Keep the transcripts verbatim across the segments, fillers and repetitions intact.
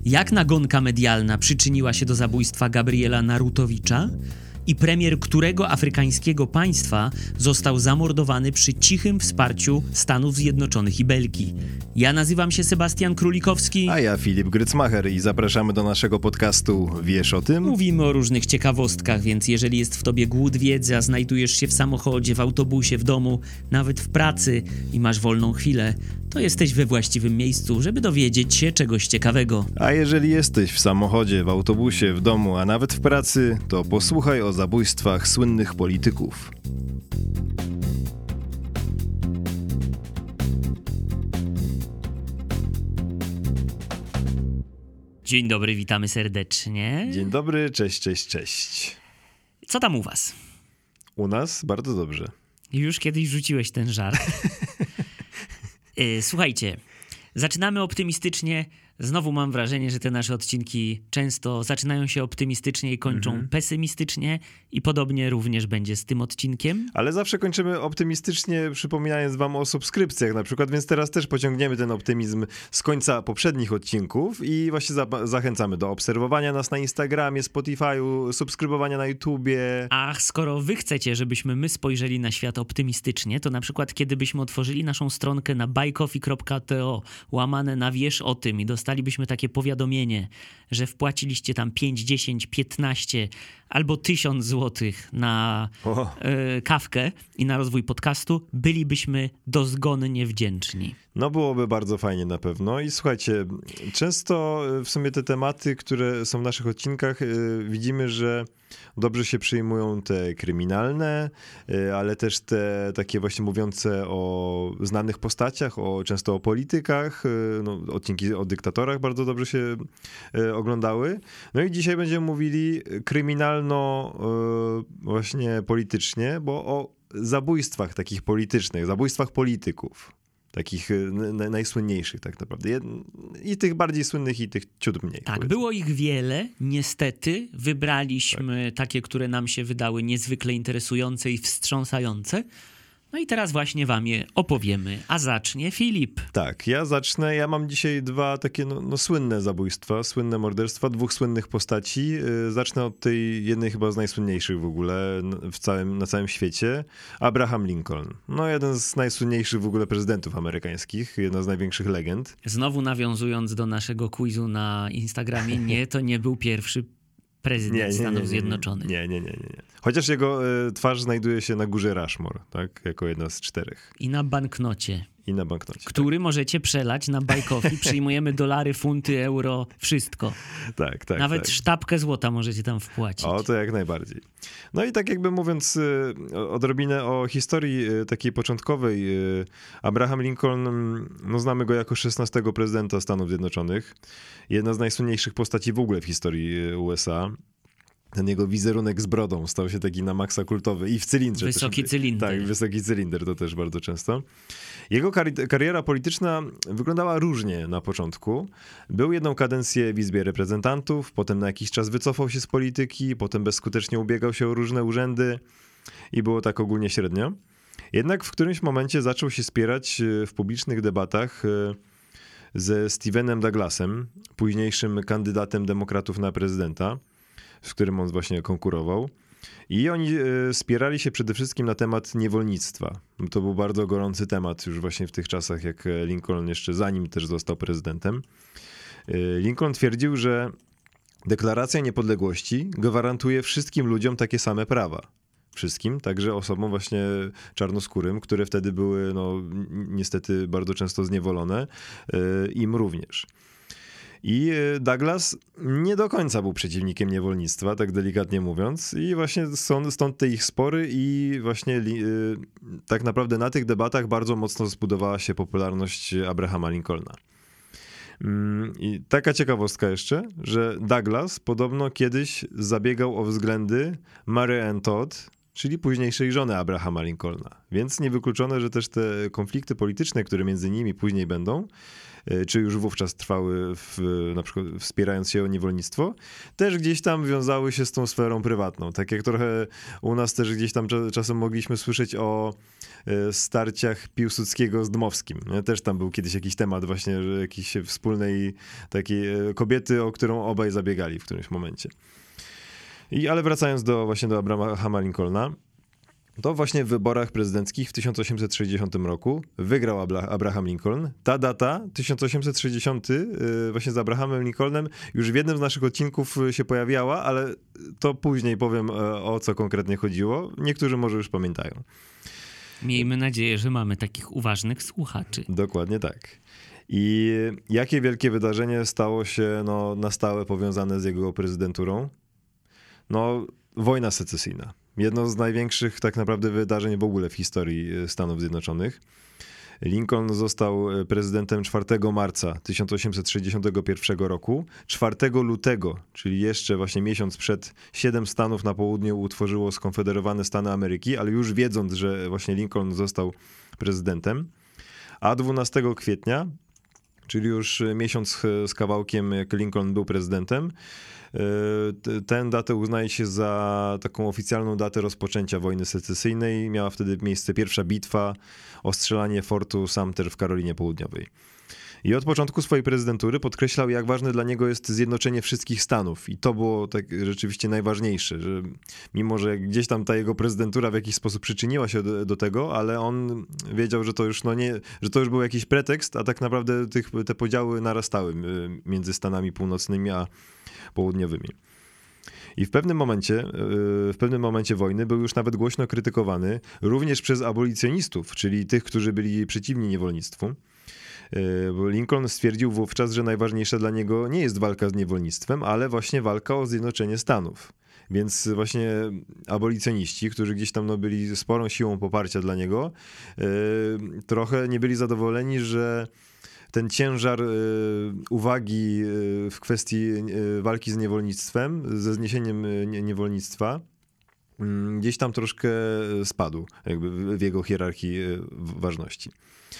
Jak nagonka medialna przyczyniła się do zabójstwa Gabriela Narutowicza i premier którego afrykańskiego państwa został zamordowany przy cichym wsparciu Stanów Zjednoczonych i Belgii. Ja nazywam się Sebastian Królikowski. A ja Filip Grycmacher i zapraszamy do naszego podcastu Wiesz o tym? Mówimy o różnych ciekawostkach, więc jeżeli jest w tobie głód wiedzy, a znajdujesz się w samochodzie, w autobusie, w domu, nawet w pracy i masz wolną chwilę, to jesteś we właściwym miejscu, żeby dowiedzieć się czegoś ciekawego. A jeżeli jesteś w samochodzie, w autobusie, w domu, a nawet w pracy, to posłuchaj o zabójstwach słynnych polityków. Dzień dobry, witamy serdecznie. Dzień dobry, cześć, cześć, cześć. Co tam u was? U nas bardzo dobrze. Już kiedyś rzuciłeś ten żart. Słuchajcie, zaczynamy optymistycznie. Znowu mam wrażenie, że te nasze odcinki często zaczynają się optymistycznie i kończą mhm. pesymistycznie i podobnie również będzie z tym odcinkiem. Ale zawsze kończymy optymistycznie, przypominając wam o subskrypcjach na przykład, więc teraz też pociągniemy ten optymizm z końca poprzednich odcinków i właśnie za- zachęcamy do obserwowania nas na Instagramie, Spotify'u, subskrybowania na YouTubie. Ach, skoro wy chcecie, żebyśmy my spojrzeli na świat optymistycznie, to na przykład kiedybyśmy otworzyli naszą stronkę na buycoffee kropka to łamane na Wiesz o tym i dostali Dostalibyśmy takie powiadomienie, że wpłaciliście tam pięć, dziesięć, piętnaście albo tysiąc złotych na y, kawkę i na rozwój podcastu, bylibyśmy dozgonnie wdzięczni. No byłoby bardzo fajnie na pewno i słuchajcie, często w sumie te tematy, które są w naszych odcinkach, yy, widzimy, że dobrze się przyjmują te kryminalne, yy, ale też te takie właśnie mówiące o znanych postaciach, o często o politykach, yy, no, odcinki o dyktatorach bardzo dobrze się yy, oglądały. No i dzisiaj będziemy mówili kryminalno yy, właśnie politycznie, bo o zabójstwach takich politycznych, zabójstwach polityków. Takich n- najsłynniejszych tak naprawdę. I tych bardziej słynnych, i tych ciut mniej. Tak, powiedzmy. Było ich wiele. Niestety wybraliśmy tak. takie, które nam się wydały niezwykle interesujące i wstrząsające. No i teraz właśnie wam je opowiemy. A zacznie Filip. Tak, ja zacznę. Ja mam dzisiaj dwa takie no, no, słynne zabójstwa, słynne morderstwa, dwóch słynnych postaci. Yy, zacznę od tej jednej chyba z najsłynniejszych w ogóle w całym, na całym świecie. Abraham Lincoln. No jeden z najsłynniejszych w ogóle prezydentów amerykańskich, jedna z największych legend. Znowu nawiązując do naszego quizu na Instagramie, nie, to nie był pierwszy prezydent nie, nie, Stanów nie, nie, Zjednoczonych. Nie, nie, nie, nie, nie. Chociaż jego y, twarz znajduje się na górze Rushmore, tak? Jako jedna z czterech. I na banknocie. I na banknocie. Który tak. możecie przelać na Buy Coffee. Przyjmujemy dolary, funty, euro, wszystko. Tak, tak. Nawet tak. sztabkę złota możecie tam wpłacić. O, to jak najbardziej. No i tak jakby mówiąc y, odrobinę o historii y, takiej początkowej, y, Abraham Lincoln, no znamy go jako szesnastego prezydenta Stanów Zjednoczonych. Jedna z najsłynniejszych postaci w ogóle w historii U S A. Ten jego wizerunek z brodą stał się taki na maksa kultowy i w cylindrze. Wysoki też, cylinder. Tak, wysoki cylinder to też bardzo często. Jego kar- kariera polityczna wyglądała różnie na początku. Był jedną kadencję w Izbie Reprezentantów, potem na jakiś czas wycofał się z polityki, potem bezskutecznie ubiegał się o różne urzędy i było tak ogólnie średnio. Jednak w którymś momencie zaczął się spierać w publicznych debatach ze Stephenem Douglasem, późniejszym kandydatem demokratów na prezydenta, z którym on właśnie konkurował. I oni spierali się przede wszystkim na temat niewolnictwa. To był bardzo gorący temat już właśnie w tych czasach, jak Lincoln jeszcze zanim też został prezydentem. Lincoln twierdził, że deklaracja niepodległości gwarantuje wszystkim ludziom takie same prawa. Wszystkim, także osobom właśnie czarnoskórym, które wtedy były no, niestety bardzo często zniewolone, im również. I Douglas nie do końca był przeciwnikiem niewolnictwa, tak delikatnie mówiąc. I właśnie stąd, stąd te ich spory i właśnie yy, tak naprawdę na tych debatach bardzo mocno zbudowała się popularność Abrahama Lincolna. Yy, I taka ciekawostka jeszcze, że Douglas podobno kiedyś zabiegał o względy Mary Ann Todd, czyli późniejszej żony Abrahama Lincolna. Więc niewykluczone, że też te konflikty polityczne, które między nimi później będą, czy już wówczas trwały, w, na przykład wspierając się o niewolnictwo, też gdzieś tam wiązały się z tą sferą prywatną. Tak jak trochę u nas też gdzieś tam czasem mogliśmy słyszeć o starciach Piłsudskiego z Dmowskim. Też tam był kiedyś jakiś temat właśnie że jakiejś wspólnej takiej kobiety, o którą obaj zabiegali w którymś momencie. I, ale wracając do, właśnie do Abrahama Lincolna, to właśnie w wyborach prezydenckich w tysiąc osiemset sześćdziesiątym roku wygrał Abraham Lincoln. Ta data, tysiąc osiemset sześćdziesiąty, właśnie z Abrahamem Lincolnem, już w jednym z naszych odcinków się pojawiała, ale to później powiem, o co konkretnie chodziło. Niektórzy może już pamiętają. Miejmy nadzieję, że mamy takich uważnych słuchaczy. Dokładnie tak. I jakie wielkie wydarzenie stało się no, na stałe powiązane z jego prezydenturą? No, wojna secesyjna. Jedno z największych tak naprawdę wydarzeń w ogóle w historii Stanów Zjednoczonych. Lincoln został prezydentem czwartego marca tysiąc osiemset sześćdziesiątego pierwszego roku. czwartego lutego, czyli jeszcze właśnie miesiąc przed, siedem stanów na południu utworzyło skonfederowane Stany Ameryki, ale już wiedząc, że właśnie Lincoln został prezydentem. A dwunastego kwietnia, czyli już miesiąc z kawałkiem, jak Lincoln był prezydentem, tę datę uznaje się za taką oficjalną datę rozpoczęcia wojny secesyjnej. Miała wtedy miejsce pierwsza bitwa o strzelanie fortu Sumter w Karolinie Południowej. I od początku swojej prezydentury podkreślał, jak ważne dla niego jest zjednoczenie wszystkich Stanów. I to było tak rzeczywiście najważniejsze, że mimo, że gdzieś tam ta jego prezydentura w jakiś sposób przyczyniła się do, do tego, ale on wiedział, że to już no nie, że to już był jakiś pretekst, a tak naprawdę tych, te podziały narastały między Stanami Północnymi a Południowymi. I w pewnym momencie, w pewnym momencie wojny był już nawet głośno krytykowany również przez abolicjonistów, czyli tych, którzy byli przeciwni niewolnictwu. Lincoln stwierdził wówczas, że najważniejsza dla niego nie jest walka z niewolnictwem, ale właśnie walka o zjednoczenie Stanów. Więc właśnie abolicjoniści, którzy gdzieś tam no, byli sporą siłą poparcia dla niego, trochę nie byli zadowoleni, że ten ciężar uwagi w kwestii walki z niewolnictwem, ze zniesieniem niewolnictwa, gdzieś tam troszkę spadł jakby w jego hierarchii ważności.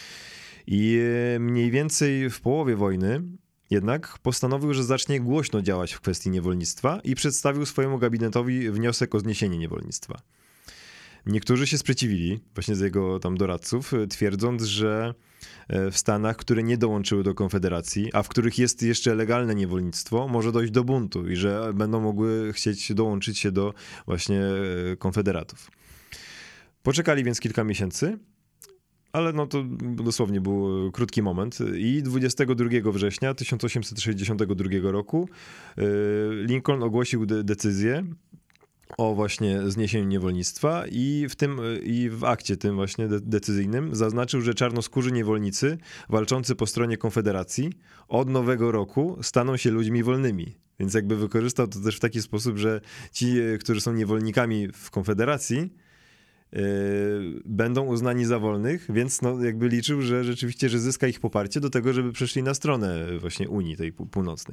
I mniej więcej w połowie wojny jednak postanowił, że zacznie głośno działać w kwestii niewolnictwa i przedstawił swojemu gabinetowi wniosek o zniesienie niewolnictwa. Niektórzy się sprzeciwili, właśnie z jego tam doradców, twierdząc, że w Stanach, które nie dołączyły do Konfederacji, a w których jest jeszcze legalne niewolnictwo, może dojść do buntu i że będą mogły chcieć dołączyć się do właśnie konfederatów. Poczekali więc kilka miesięcy, ale no to dosłownie był krótki moment i dwudziestego drugiego września tysiąc osiemset sześćdziesiątego drugiego roku Lincoln ogłosił de- decyzję o właśnie zniesieniu niewolnictwa i w tym i w akcie tym właśnie de- decyzyjnym zaznaczył, że czarnoskórzy niewolnicy walczący po stronie Konfederacji od nowego roku staną się ludźmi wolnymi. Więc jakby wykorzystał to też w taki sposób, że ci, którzy są niewolnikami w Konfederacji, Yy, będą uznani za wolnych, więc no jakby liczył, że rzeczywiście, że zyska ich poparcie do tego, żeby przeszli na stronę właśnie Unii tej północnej.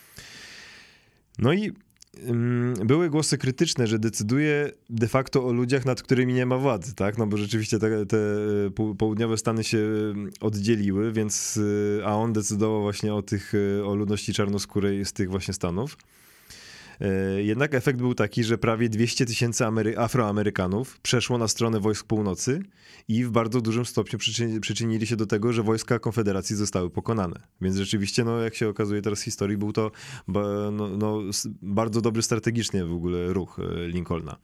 No i yy, były głosy krytyczne, że decyduje de facto o ludziach, nad którymi nie ma władzy, tak? No bo rzeczywiście te, te południowe Stany się oddzieliły, więc, yy, a on decydował właśnie o tych, o ludności czarnoskórej z tych właśnie Stanów. Jednak efekt był taki, że prawie dwieście tysięcy Amery- Afroamerykanów przeszło na stronę wojsk północy i w bardzo dużym stopniu przyczyni- przyczynili się do tego, że wojska Konfederacji zostały pokonane. Więc rzeczywiście, no, jak się okazuje teraz w historii, był to ba- no, no, bardzo dobry strategicznie w ogóle ruch Lincolna.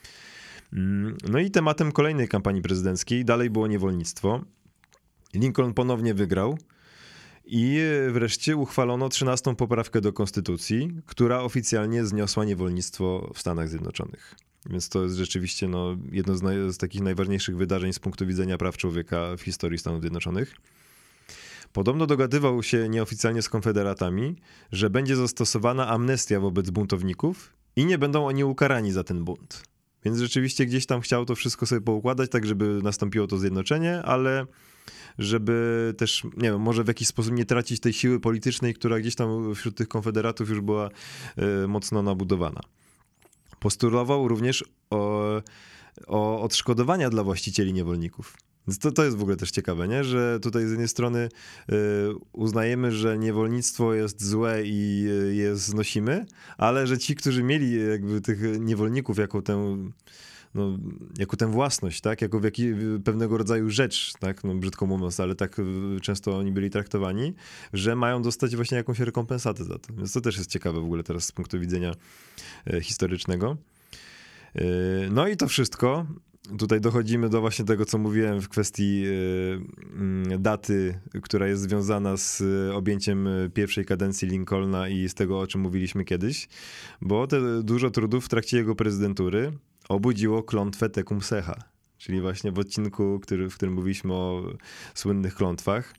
No i tematem kolejnej kampanii prezydenckiej dalej było niewolnictwo. Lincoln ponownie wygrał. I wreszcie uchwalono trzynastą poprawkę do konstytucji, która oficjalnie zniosła niewolnictwo w Stanach Zjednoczonych. Więc to jest rzeczywiście no, jedno z, naj, z takich najważniejszych wydarzeń z punktu widzenia praw człowieka w historii Stanów Zjednoczonych. Podobno dogadywał się nieoficjalnie z konfederatami, że będzie zastosowana amnestia wobec buntowników i nie będą oni ukarani za ten bunt. Więc rzeczywiście gdzieś tam chciał to wszystko sobie poukładać, tak żeby nastąpiło to zjednoczenie, ale żeby też, nie wiem, może w jakiś sposób nie tracić tej siły politycznej, która gdzieś tam wśród tych konfederatów już była y, mocno nabudowana. Postulował również o o odszkodowania dla właścicieli niewolników. Więc to, to jest w ogóle też ciekawe, nie? Że tutaj z jednej strony y, uznajemy, że niewolnictwo jest złe i y, je znosimy, ale że ci, którzy mieli jakby tych niewolników jako tę, no, jako tę własność, tak? Jako w jaki, pewnego rodzaju rzecz, tak? No, brzydko mówiąc, ale tak y, często oni byli traktowani, że mają dostać właśnie jakąś rekompensatę za to. Więc to też jest ciekawe w ogóle teraz z punktu widzenia y, historycznego. Y, no i to wszystko. Tutaj dochodzimy do właśnie tego, co mówiłem w kwestii daty, która jest związana z objęciem pierwszej kadencji Lincolna i z tego, o czym mówiliśmy kiedyś, bo te dużo trudów w trakcie jego prezydentury obudziło klątwę Tecum Sech'a, czyli właśnie w odcinku, który, w którym mówiliśmy o słynnych klątwach.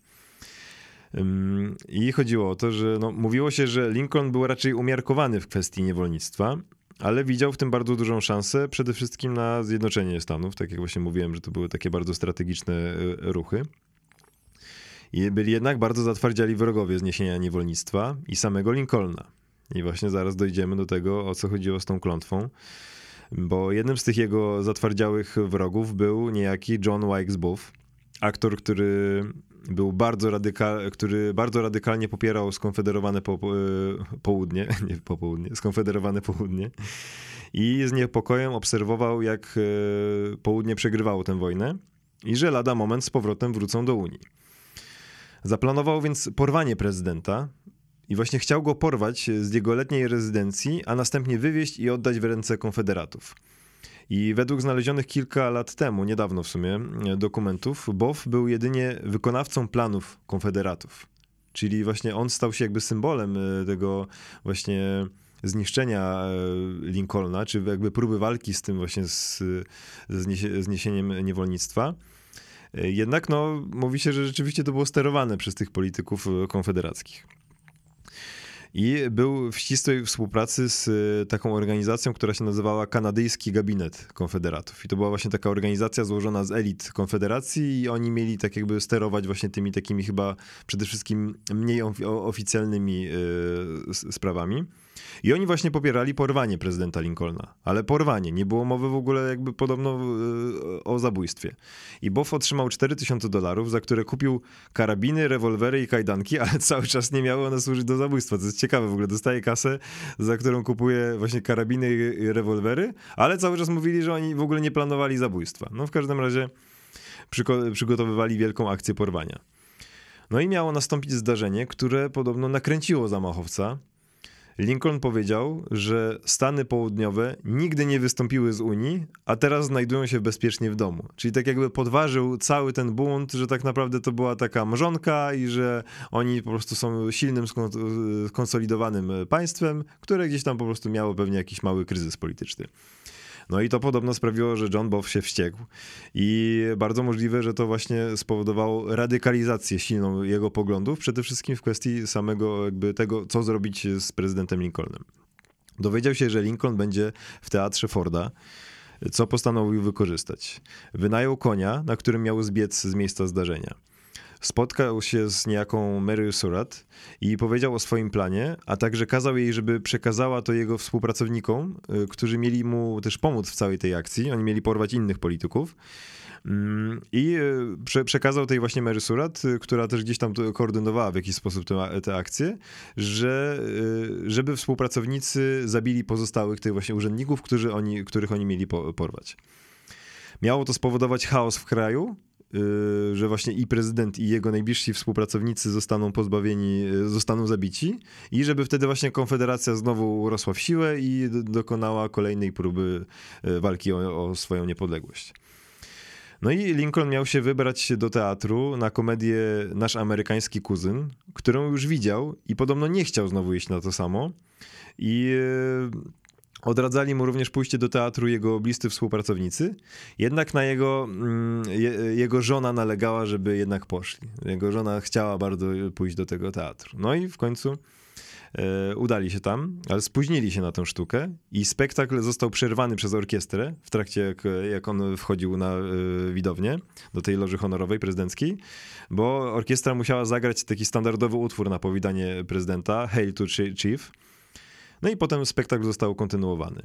I chodziło o to, że no, mówiło się, że Lincoln był raczej umiarkowany w kwestii niewolnictwa, ale widział w tym bardzo dużą szansę przede wszystkim na zjednoczenie Stanów, tak jak właśnie mówiłem, że to były takie bardzo strategiczne ruchy. I byli jednak bardzo zatwardziali wrogowie zniesienia niewolnictwa i samego Lincolna. I właśnie zaraz dojdziemy do tego, o co chodziło z tą klątwą, bo jednym z tych jego zatwardziałych wrogów był niejaki John Wilkes Booth, aktor, który był bardzo radykal, który bardzo radykalnie popierał skonfederowane po, po, południe, nie popołudnie, skonfederowane południe i z niepokojem obserwował, jak południe przegrywało tę wojnę i że lada moment z powrotem wrócą do Unii. Zaplanował więc porwanie prezydenta i właśnie chciał go porwać z jego letniej rezydencji, a następnie wywieźć i oddać w ręce konfederatów. I według znalezionych kilka lat temu, niedawno w sumie, dokumentów, Booth był jedynie wykonawcą planów konfederatów. Czyli właśnie on stał się jakby symbolem tego właśnie zniszczenia Lincolna, czy jakby próby walki z tym właśnie z zniesieniem niewolnictwa. Jednak no, mówi się, że rzeczywiście to było sterowane przez tych polityków konfederackich. I był w ścisłej współpracy z taką organizacją, która się nazywała Kanadyjski Gabinet Konfederatów. I to była właśnie taka organizacja złożona z elit Konfederacji i oni mieli tak jakby sterować właśnie tymi takimi chyba przede wszystkim mniej oficjalnymi sprawami. I oni właśnie popierali porwanie prezydenta Lincolna. Ale porwanie, nie było mowy w ogóle jakby podobno o zabójstwie. I Booth otrzymał cztery tysiące dolarów, za które kupił karabiny, rewolwery i kajdanki, ale cały czas nie miały one służyć do zabójstwa. To jest ciekawe w ogóle. Dostaje kasę, za którą kupuje właśnie karabiny i rewolwery, ale cały czas mówili, że oni w ogóle nie planowali zabójstwa. No w każdym razie przygo- przygotowywali wielką akcję porwania. No i miało nastąpić zdarzenie, które podobno nakręciło zamachowca. Lincoln powiedział, że Stany Południowe nigdy nie wystąpiły z Unii, a teraz znajdują się bezpiecznie w domu. Czyli tak jakby podważył cały ten bunt, że tak naprawdę to była taka mrzonka i że oni po prostu są silnym, skonsolidowanym państwem, które gdzieś tam po prostu miało pewnie jakiś mały kryzys polityczny. No i to podobno sprawiło, że John Booth się wściekł i bardzo możliwe, że to właśnie spowodowało radykalizację silną jego poglądów, przede wszystkim w kwestii samego jakby tego, co zrobić z prezydentem Lincolnem. Dowiedział się, że Lincoln będzie w teatrze Forda, co postanowił wykorzystać. Wynajął konia, na którym miał zbiec z miejsca zdarzenia. Spotkał się z niejaką Mary Surratt i powiedział o swoim planie, a także kazał jej, żeby przekazała to jego współpracownikom, którzy mieli mu też pomóc w całej tej akcji. Oni mieli porwać innych polityków. I prze, przekazał tej właśnie Mary Surratt, która też gdzieś tam koordynowała w jakiś sposób te, te akcje, że żeby współpracownicy zabili pozostałych tych właśnie urzędników, którzy oni, których oni mieli po, porwać. Miało to spowodować chaos w kraju, że właśnie i prezydent, i jego najbliżsi współpracownicy zostaną pozbawieni, zostaną zabici i żeby wtedy właśnie Konfederacja znowu rosła w siłę i dokonała kolejnej próby walki o, o swoją niepodległość. No i Lincoln miał się wybrać do teatru na komedię Nasz amerykański kuzyn, którą już widział i podobno nie chciał znowu iść na to samo. I odradzali mu również pójście do teatru jego bliscy współpracownicy, jednak na jego, je, jego żona nalegała, żeby jednak poszli. Jego żona chciała bardzo pójść do tego teatru. No i w końcu e, udali się tam, ale spóźnili się na tę sztukę i spektakl został przerwany przez orkiestrę w trakcie jak, jak on wchodził na e, widownię do tej loży honorowej prezydenckiej, bo orkiestra musiała zagrać taki standardowy utwór na powitanie prezydenta, Hail to Chief. No i potem spektakl został kontynuowany.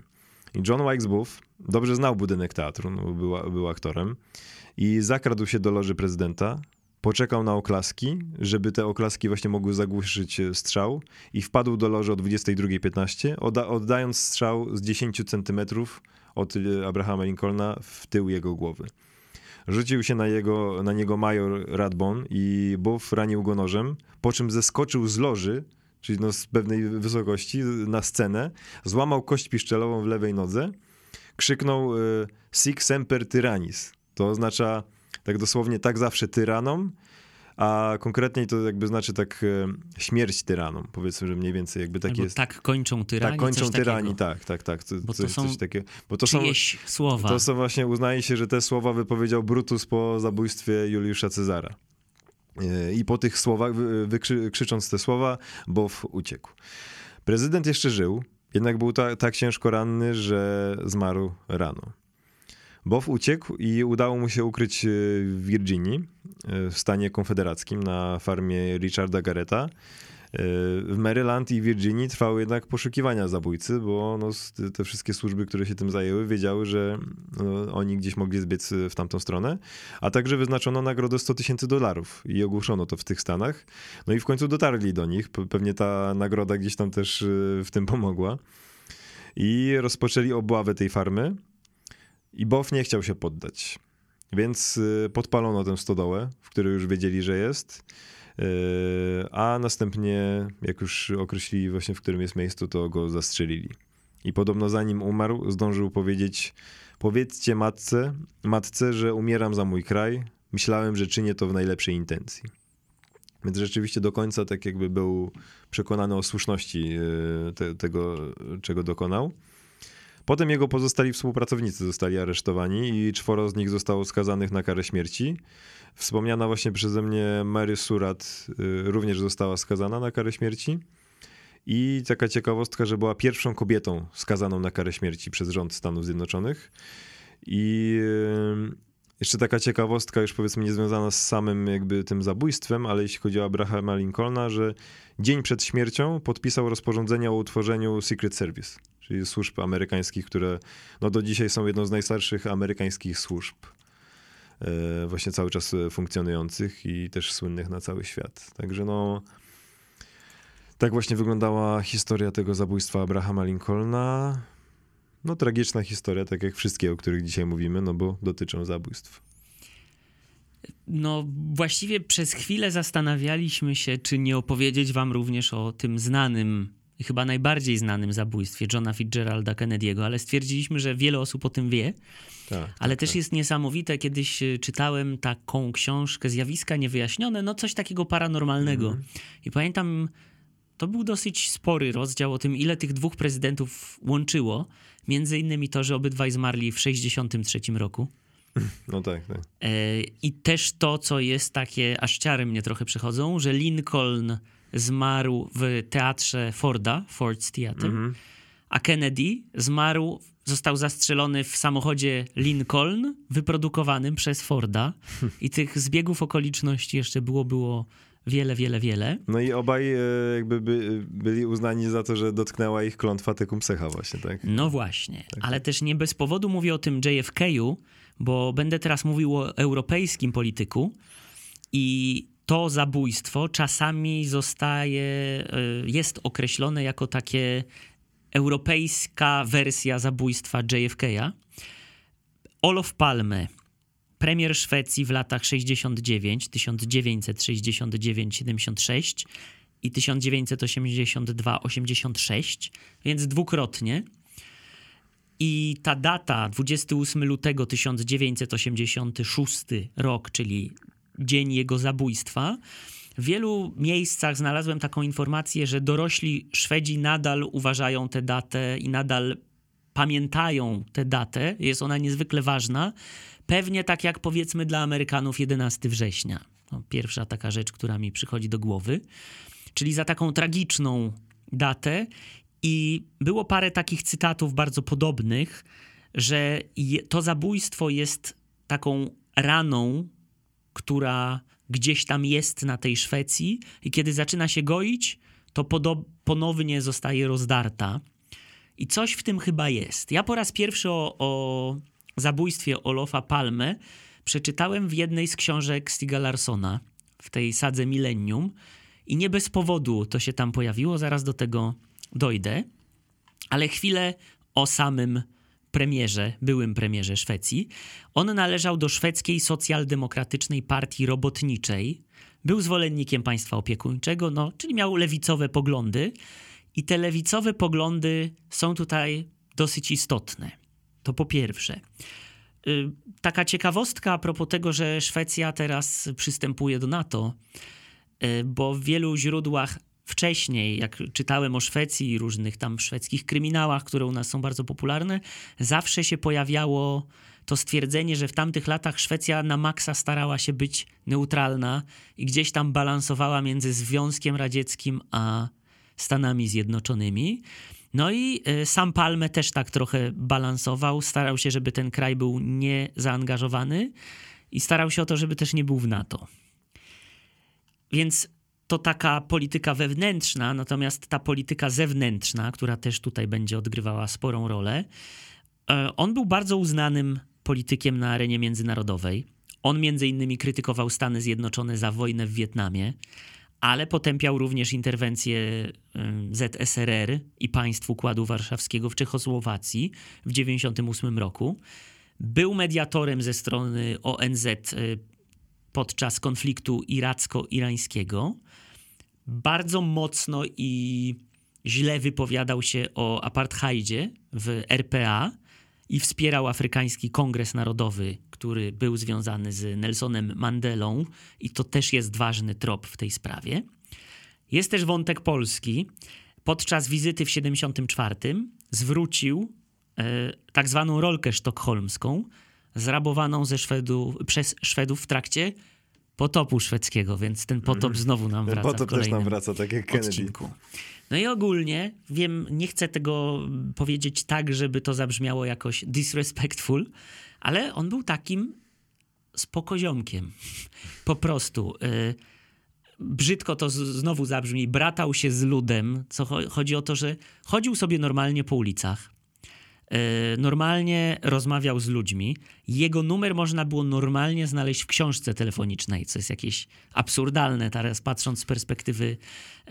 I John Wilkes Booth dobrze znał budynek teatru, no, był, był aktorem i zakradł się do loży prezydenta, poczekał na oklaski, żeby te oklaski właśnie mogły zagłuszyć strzał i wpadł do loży o dwudziestej drugiej piętnaście, odda- oddając strzał z dziesięć centymetrów od Abrahama Lincolna w tył jego głowy. Rzucił się na, jego, na niego major Radbon i Booth ranił go nożem, po czym zeskoczył z loży, czyli no z pewnej wysokości, na scenę, złamał kość piszczelową w lewej nodze, krzyknął Sic semper tyrannis. To oznacza tak dosłownie tak zawsze tyranom, a konkretniej to jakby znaczy tak śmierć tyranom. Powiedzmy, że mniej więcej jakby takie jest. Tak kończą tyrani. Tak kończą tyrani, tak, tak, tak. Co, bo to coś, są coś takiego. Bo to są słowa. To są właśnie, uznaje się, że te słowa wypowiedział Brutus po zabójstwie Juliusza Cezara. I po tych słowach, wykrzy, krzycząc te słowa, Booth uciekł. Prezydent jeszcze żył, jednak był ta, tak ciężko ranny, że zmarł rano. Booth uciekł i udało mu się ukryć w Virginii, w stanie konfederackim, na farmie Richarda Garretta. W Maryland i Virginii trwały jednak poszukiwania zabójcy, bo no, te wszystkie służby, które się tym zajęły, wiedziały, że no, oni gdzieś mogli zbiec w tamtą stronę, a także wyznaczono nagrodę sto tysięcy dolarów i ogłoszono to w tych stanach. No i w końcu dotarli do nich, pewnie ta nagroda gdzieś tam też w tym pomogła. I rozpoczęli obławę tej farmy i Booth nie chciał się poddać, więc podpalono tę stodołę, w której już wiedzieli, że jest. A następnie, jak już określili właśnie, w którym jest miejscu, to go zastrzelili. I podobno zanim umarł, zdążył powiedzieć: powiedzcie matce, matce, że umieram za mój kraj. Myślałem, że czynię to w najlepszej intencji. Więc rzeczywiście do końca tak jakby był przekonany o słuszności te, tego, czego dokonał. Potem jego pozostali współpracownicy zostali aresztowani i czworo z nich zostało skazanych na karę śmierci. Wspomniana właśnie przeze mnie Mary Surratt również została skazana na karę śmierci. I taka ciekawostka, że była pierwszą kobietą skazaną na karę śmierci przez rząd Stanów Zjednoczonych. I jeszcze taka ciekawostka, już powiedzmy niezwiązana z samym jakby tym zabójstwem, ale jeśli chodzi o Abrahama Lincolna, że dzień przed śmiercią podpisał rozporządzenie o utworzeniu Secret Service, czyli służb amerykańskich, które no do dzisiaj są jedną z najstarszych amerykańskich służb właśnie cały czas funkcjonujących i też słynnych na cały świat. Także no tak właśnie wyglądała historia tego zabójstwa Abrahama Lincolna. No tragiczna historia, tak jak wszystkie, o których dzisiaj mówimy, no bo dotyczą zabójstw. No właściwie przez chwilę zastanawialiśmy się, czy nie opowiedzieć wam również o tym znanym i chyba najbardziej znanym zabójstwie Johna Fitzgeralda Kennedy'ego, ale stwierdziliśmy, że wiele osób o tym wie. Tak, ale tak, też tak. Jest niesamowite, kiedyś czytałem taką książkę Zjawiska Niewyjaśnione, no coś takiego paranormalnego. Mm. I pamiętam, to był dosyć spory rozdział o tym, ile tych dwóch prezydentów łączyło. Między innymi to, że obydwaj zmarli w sześćdziesiątym trzecim roku. No tak, tak. E, I też to, co jest takie, aż ciary mnie trochę przychodzą, że Lincoln zmarł w teatrze Forda, Ford's Theatre, mm-hmm. a Kennedy zmarł, został zastrzelony w samochodzie Lincoln wyprodukowanym przez Forda. I tych zbiegów okoliczności jeszcze było, było wiele, wiele, wiele. No i obaj jakby by, byli uznani za to, że dotknęła ich klątwa Tecumseha właśnie, tak? No właśnie, tak. Ale też nie bez powodu mówię o tym J F K-u, bo będę teraz mówił o europejskim polityku i to zabójstwo czasami zostaje, jest określone jako takie europejska wersja zabójstwa J F K-a. Olof Palme, premier Szwecji w latach sześćdziesiąt dziewięć, tysiąc dziewięćset sześćdziesiąt dziewięć siedemdziesiąt sześć i tysiąc dziewięćset osiemdziesiąt dwa osiemdziesiąt sześć, więc dwukrotnie. I ta data, dwudziestego ósmego lutego tysiąc dziewięćset osiemdziesiąty szósty rok, czyli dzień jego zabójstwa, w wielu miejscach znalazłem taką informację, że dorośli Szwedzi nadal uważają tę datę i nadal pamiętają tę datę. Jest ona niezwykle ważna. Pewnie tak jak powiedzmy dla Amerykanów jedenastego września. No, pierwsza taka rzecz, która mi przychodzi do głowy. Czyli za taką tragiczną datę. I było parę takich cytatów bardzo podobnych, że to zabójstwo jest taką raną, która gdzieś tam jest na tej Szwecji i kiedy zaczyna się goić, to podob- ponownie zostaje rozdarta. I coś w tym chyba jest. Ja po raz pierwszy o, o zabójstwie Olofa Palme przeczytałem w jednej z książek Stiga Larssona, w tej sadze Millennium. I nie bez powodu to się tam pojawiło, zaraz do tego dojdę. Ale chwilę o samym premierze, byłym premierze Szwecji. On należał do szwedzkiej socjaldemokratycznej partii robotniczej. Był zwolennikiem państwa opiekuńczego, no, czyli miał lewicowe poglądy. I te lewicowe poglądy są tutaj dosyć istotne. To po pierwsze. Yy, taka ciekawostka a propos tego, że Szwecja teraz przystępuje do NATO, yy, bo w wielu źródłach wcześniej, jak czytałem o Szwecji i różnych tam szwedzkich kryminałach, które u nas są bardzo popularne, zawsze się pojawiało to stwierdzenie, że w tamtych latach Szwecja na maksa starała się być neutralna i gdzieś tam balansowała między Związkiem Radzieckim a Stanami Zjednoczonymi. No i sam Palme też tak trochę balansował, starał się, żeby ten kraj był niezaangażowany i starał się o to, żeby też nie był w NATO. Więc to taka polityka wewnętrzna, natomiast ta polityka zewnętrzna, która też tutaj będzie odgrywała sporą rolę, on był bardzo uznanym politykiem na arenie międzynarodowej. On między innymi krytykował Stany Zjednoczone za wojnę w Wietnamie, ale potępiał również interwencję Z S R R i państw Układu Warszawskiego w Czechosłowacji w tysiąc dziewięćset dziewięćdziesiątym ósmym roku. Był mediatorem ze strony O N Z podczas konfliktu iracko-irańskiego. Bardzo mocno i źle wypowiadał się o apartheidzie w R P A i wspierał Afrykański Kongres Narodowy, który był związany z Nelsonem Mandelą i to też jest ważny trop w tej sprawie. Jest też wątek polski. Podczas wizyty w siedemdziesiątym czwartym zwrócił e, tak zwaną rolkę sztokholmską, zrabowaną ze Szwedu, przez Szwedów w trakcie potopu szwedzkiego, więc ten potop znowu nam wraca. Ten potop w kolejnym też nam wraca, tak jak Kennedy. Odcinku. No i ogólnie, wiem, nie chcę tego powiedzieć tak, żeby to zabrzmiało jakoś disrespectful, ale on był takim spokoziomkiem. Po prostu. Yy, brzydko to z, znowu zabrzmi, bratał się z ludem, co cho- chodzi o to, że chodził sobie normalnie po ulicach, yy, normalnie rozmawiał z ludźmi. Jego numer można było normalnie znaleźć w książce telefonicznej, co jest jakieś absurdalne teraz, patrząc z perspektywy yy,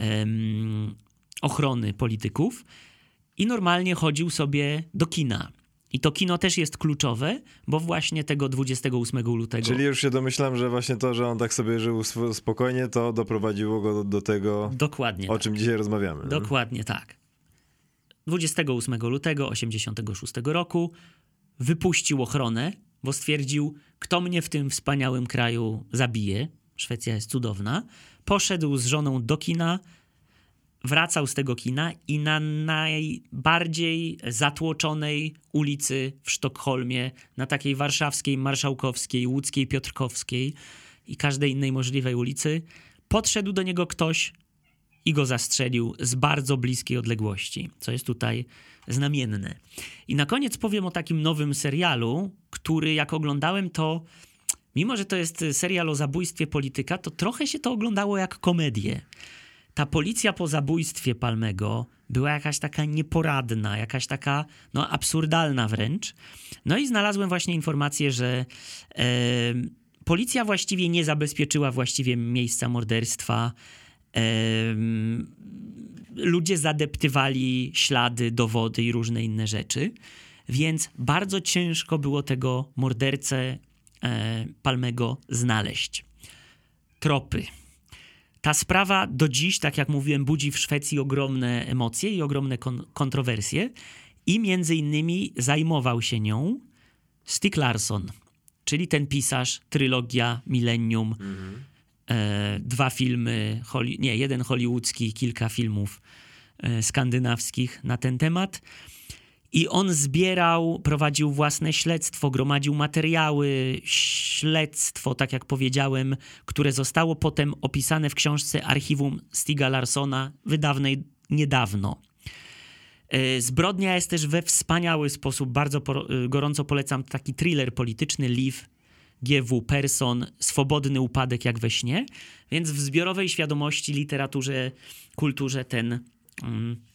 ochrony polityków. I normalnie chodził sobie do kina. I to kino też jest kluczowe, bo właśnie tego dwudziestego ósmego lutego... Czyli już się domyślam, że właśnie to, że on tak sobie żył spokojnie, to doprowadziło go do, do tego, Dokładnie o tak. czym dzisiaj rozmawiamy. Dokładnie tak. dwudziestego ósmego lutego tysiąc dziewięćset osiemdziesiątego szóstego roku wypuścił ochronę, bo stwierdził, kto mnie w tym wspaniałym kraju zabije. Szwecja jest cudowna. Poszedł z żoną do kina, wracał z tego kina i na najbardziej zatłoczonej ulicy w Sztokholmie, na takiej warszawskiej, marszałkowskiej, łódzkiej, piotrkowskiej i każdej innej możliwej ulicy, podszedł do niego ktoś i go zastrzelił z bardzo bliskiej odległości, co jest tutaj znamienne. I na koniec powiem o takim nowym serialu, który jak oglądałem, to mimo że to jest serial o zabójstwie polityka, to trochę się to oglądało jak komedię. Ta policja po zabójstwie Palmego była jakaś taka nieporadna, jakaś taka no, absurdalna wręcz. No i znalazłem właśnie informację, że e, policja właściwie nie zabezpieczyła właściwie miejsca morderstwa. E, ludzie zadeptywali ślady, dowody i różne inne rzeczy. Więc bardzo ciężko było tego mordercę e, Palmego znaleźć. Tropy. Ta sprawa do dziś, tak jak mówiłem, budzi w Szwecji ogromne emocje i ogromne kon- kontrowersje i między innymi zajmował się nią Stieg Larsson, czyli ten pisarz, trylogia Millennium, mm-hmm. e, dwa filmy, holi- nie, jeden hollywoodzki, kilka filmów e, skandynawskich na ten temat. I on zbierał, prowadził własne śledztwo, gromadził materiały, śledztwo, tak jak powiedziałem, które zostało potem opisane w książce Archiwum Stiga Larssona, wydanej niedawno. Zbrodnia jest też we wspaniały sposób, bardzo po, gorąco polecam taki thriller polityczny Liv G W Persson, Swobodny upadek jak we śnie, więc w zbiorowej świadomości, literaturze, kulturze ten... Mm,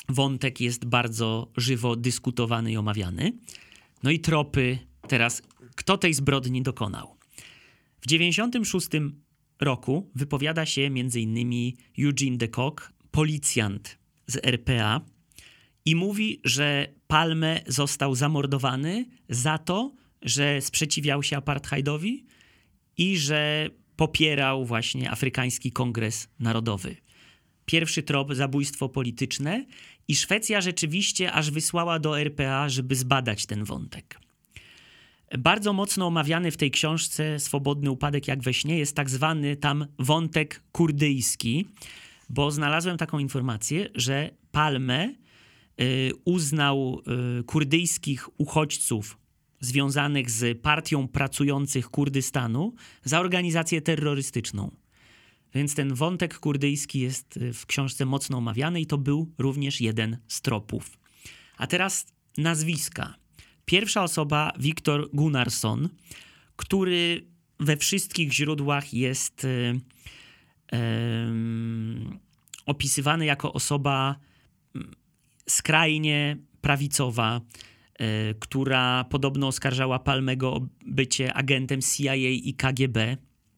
wątek jest bardzo żywo dyskutowany i omawiany. No i tropy teraz, kto tej zbrodni dokonał. W dziewięćdziesiątym szóstym roku wypowiada się m.in. Eugene de Kock, policjant z R P A, i mówi, że Palme został zamordowany za to, że sprzeciwiał się apartheidowi i że popierał właśnie Afrykański Kongres Narodowy. Pierwszy trop, zabójstwo polityczne, i Szwecja rzeczywiście aż wysłała do R P A, żeby zbadać ten wątek. Bardzo mocno omawiany w tej książce Swobodny upadek jak we śnie jest tak zwany tam wątek kurdyjski, bo znalazłem taką informację, że Palme y, uznał y, kurdyjskich uchodźców związanych z Partią Pracujących Kurdystanu za organizację terrorystyczną. Więc ten wątek kurdyjski jest w książce mocno omawiany i to był również jeden z tropów. A teraz nazwiska. Pierwsza osoba Viktor Gunnarsson, który we wszystkich źródłach jest e, e, opisywany jako osoba skrajnie prawicowa, e, która podobno oskarżała Palmego o bycie agentem C I A i K G B.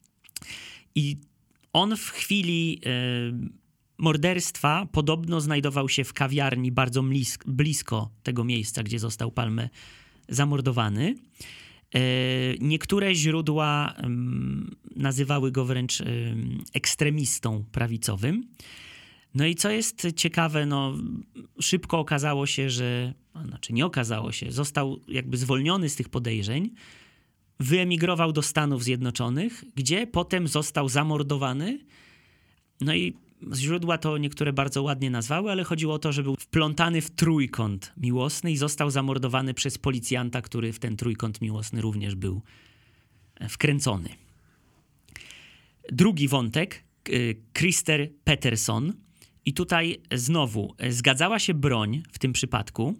I on w chwili e, morderstwa podobno znajdował się w kawiarni bardzo blisko, blisko tego miejsca, gdzie został Palme zamordowany. E, niektóre źródła e, nazywały go wręcz e, ekstremistą prawicowym. No i co jest ciekawe, no szybko okazało się, że, znaczy nie okazało się, został jakby zwolniony z tych podejrzeń, wyemigrował do Stanów Zjednoczonych, gdzie potem został zamordowany. No i źródła to niektóre bardzo ładnie nazwały, ale chodziło o to, że był wplątany w trójkąt miłosny i został zamordowany przez policjanta, który w ten trójkąt miłosny również był wkręcony. Drugi wątek, Christer Pettersson. I tutaj znowu zgadzała się broń w tym przypadku.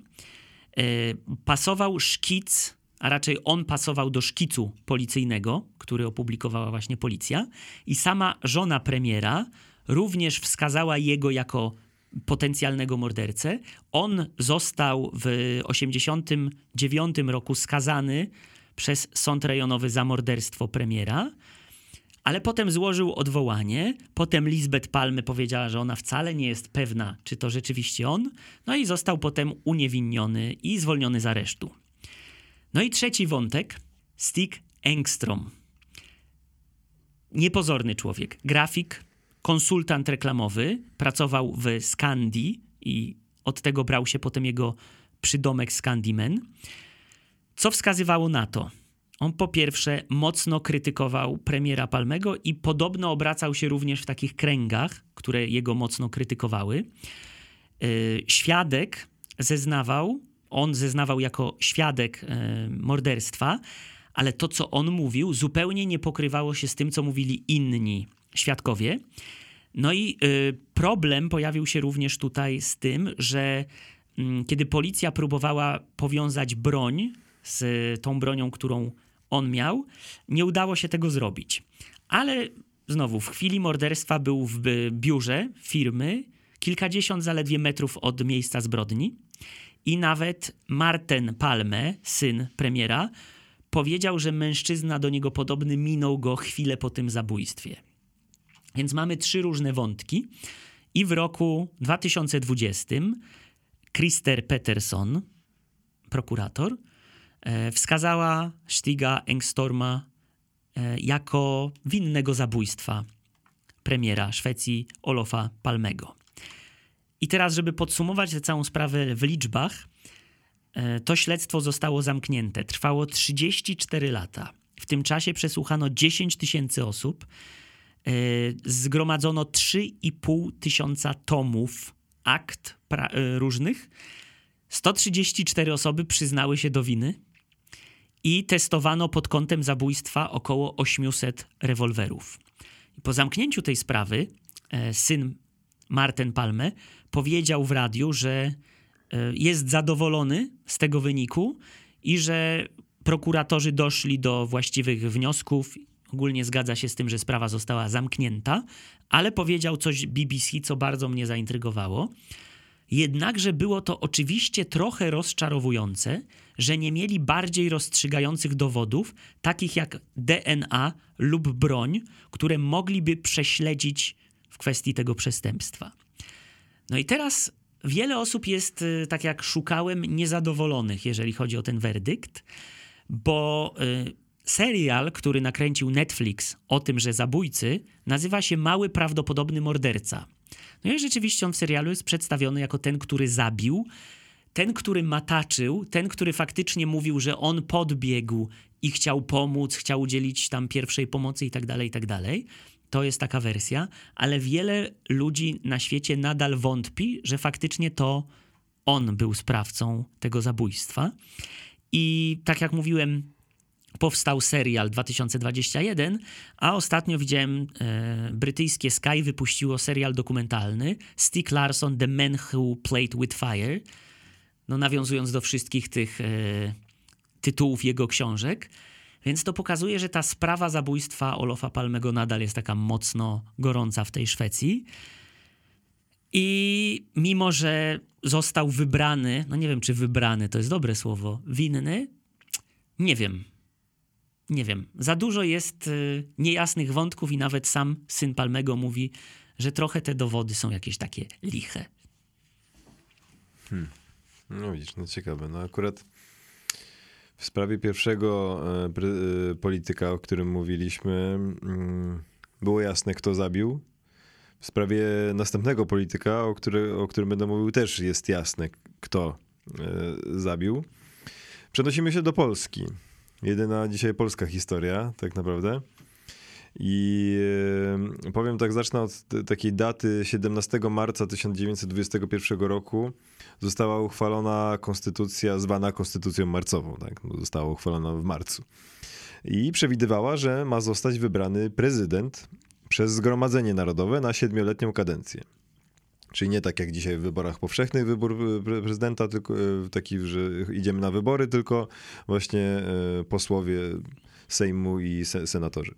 Pasował szkic, a raczej on pasował do szkicu policyjnego, który opublikowała właśnie policja, i sama żona premiera również wskazała jego jako potencjalnego mordercę. On został w osiemdziesiątym dziewiątym roku skazany przez sąd rejonowy za morderstwo premiera, ale potem złożył odwołanie. Potem Lisbeth Palme powiedziała, że ona wcale nie jest pewna, czy to rzeczywiście on, no i został potem uniewinniony i zwolniony z aresztu. No i trzeci wątek, Stig Engstrom. Niepozorny człowiek, grafik, konsultant reklamowy, pracował w Scandi i od tego brał się potem jego przydomek Scandiman. Co wskazywało na to? On po pierwsze mocno krytykował premiera Palmego i podobno obracał się również w takich kręgach, które jego mocno krytykowały. Yy, świadek zeznawał, on zeznawał jako świadek yy, morderstwa, ale to, co on mówił, zupełnie nie pokrywało się z tym, co mówili inni świadkowie. No i yy, problem pojawił się również tutaj z tym, że yy, kiedy policja próbowała powiązać broń z tą bronią, którą on miał, nie udało się tego zrobić. Ale znowu w chwili morderstwa był w biurze firmy kilkadziesiąt zaledwie metrów od miejsca zbrodni i nawet Marten Palme, syn premiera, powiedział, że mężczyzna do niego podobny minął go chwilę po tym zabójstwie. Więc mamy trzy różne wątki i w roku dwa tysiące dwudziestym Christer Pettersson, prokurator, wskazała Stiga Engstorma jako winnego zabójstwa premiera Szwecji Olofa Palmego. I teraz, żeby podsumować tę całą sprawę w liczbach, to śledztwo zostało zamknięte. Trwało trzydzieści cztery lata. W tym czasie przesłuchano dziesięć tysięcy osób. Zgromadzono trzy i pół tysiąca tomów akt pra- różnych. sto trzydzieści cztery osoby przyznały się do winy i testowano pod kątem zabójstwa około osiemset rewolwerów. I po zamknięciu tej sprawy e, syn Marten Palme powiedział w radiu, że e, jest zadowolony z tego wyniku i że prokuratorzy doszli do właściwych wniosków. Ogólnie zgadza się z tym, że sprawa została zamknięta, ale powiedział coś B B C, co bardzo mnie zaintrygowało. Jednakże było to oczywiście trochę rozczarowujące, że nie mieli bardziej rozstrzygających dowodów, takich jak D N A lub broń, które mogliby prześledzić w kwestii tego przestępstwa. No i teraz wiele osób jest, tak jak szukałem, niezadowolonych, jeżeli chodzi o ten werdykt, bo y, serial, który nakręcił Netflix o tym, że zabójcy, nazywa się Mały Prawdopodobny Morderca. No i rzeczywiście on w serialu jest przedstawiony jako ten, który zabił, ten, który mataczył, ten, który faktycznie mówił, że on podbiegł i chciał pomóc, chciał udzielić tam pierwszej pomocy i tak dalej, i tak dalej. To jest taka wersja, ale wiele ludzi na świecie nadal wątpi, że faktycznie to on był sprawcą tego zabójstwa. I tak jak mówiłem, powstał serial dwa tysiące dwudziesty pierwszy, a ostatnio widziałem, e, brytyjskie Sky wypuściło serial dokumentalny Stieg Larsson, The Man Who Played With Fire, no nawiązując do wszystkich tych e, tytułów jego książek. Więc to pokazuje, że ta sprawa zabójstwa Olofa Palmego nadal jest taka mocno gorąca w tej Szwecji. I mimo, że został wybrany, no nie wiem, czy wybrany to jest dobre słowo, winny, nie wiem. Nie wiem. Za dużo jest y, niejasnych wątków i nawet sam syn Palmego mówi, że trochę te dowody są jakieś takie liche. Hmm. No widzisz, no ciekawe. No akurat w sprawie pierwszego e, pre, e, polityka, o którym mówiliśmy, mm, było jasne, kto zabił. W sprawie następnego polityka, o, który, o którym będę mówił, też jest jasne, kto e, zabił. Przenosimy się do Polski. Jedyna dzisiaj polska historia, tak naprawdę. I e, powiem tak, zacznę od t- takiej daty siedemnastego marca tysiąc dziewięćset dwudziestego pierwszego roku została uchwalona konstytucja, zwana konstytucją marcową, tak? Została uchwalona w marcu. I przewidywała, że ma zostać wybrany prezydent przez Zgromadzenie Narodowe na siedmioletnią kadencję. Czyli nie tak jak dzisiaj w wyborach powszechnych wybór prezydenta, tylko taki, że idziemy na wybory, tylko właśnie posłowie Sejmu i senatorzy.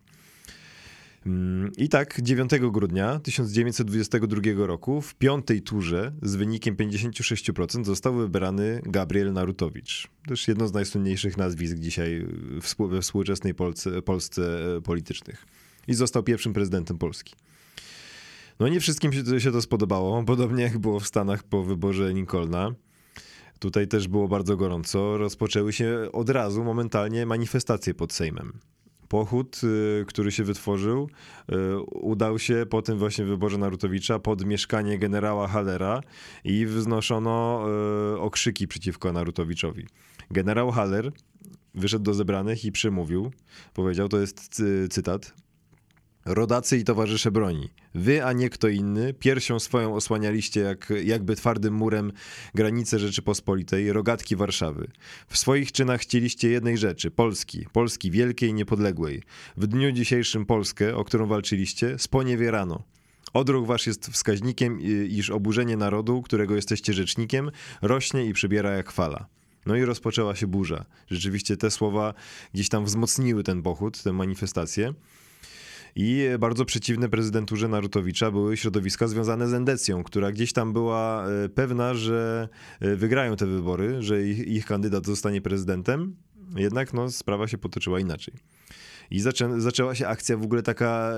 I tak dziewiątego grudnia tysiąc dziewięćset dwudziestego drugiego roku w piątej turze z wynikiem pięćdziesiąt sześć procent został wybrany Gabriel Narutowicz. Też jedno z najsłynniejszych nazwisk dzisiaj we współczesnej Polsce, Polsce politycznych. I został pierwszym prezydentem Polski. No nie wszystkim się to, się to spodobało, podobnie jak było w Stanach po wyborze Lincolna. Tutaj też było bardzo gorąco. Rozpoczęły się od razu, momentalnie manifestacje pod Sejmem. Pochód, który się wytworzył, udał się po tym właśnie wyborze Narutowicza pod mieszkanie generała Hallera i wznoszono okrzyki przeciwko Narutowiczowi. Generał Haller wyszedł do zebranych i przemówił. Powiedział, to jest cytat: rodacy i towarzysze broni, wy, a nie kto inny, piersią swoją osłanialiście jak, jakby twardym murem granice Rzeczypospolitej, rogatki Warszawy. W swoich czynach chcieliście jednej rzeczy, Polski, Polski wielkiej i niepodległej. W dniu dzisiejszym Polskę, o którą walczyliście, sponiewierano. Odruch wasz jest wskaźnikiem, iż oburzenie narodu, którego jesteście rzecznikiem, rośnie i przybiera jak fala. No i rozpoczęła się burza. Rzeczywiście te słowa gdzieś tam wzmocniły ten pochód, tę manifestację. I bardzo przeciwne prezydenturze Narutowicza były środowiska związane z endecją, która gdzieś tam była pewna, że wygrają te wybory, że ich, ich kandydat zostanie prezydentem. Jednak no, sprawa się potoczyła inaczej. I zaczę, zaczęła się akcja w ogóle taka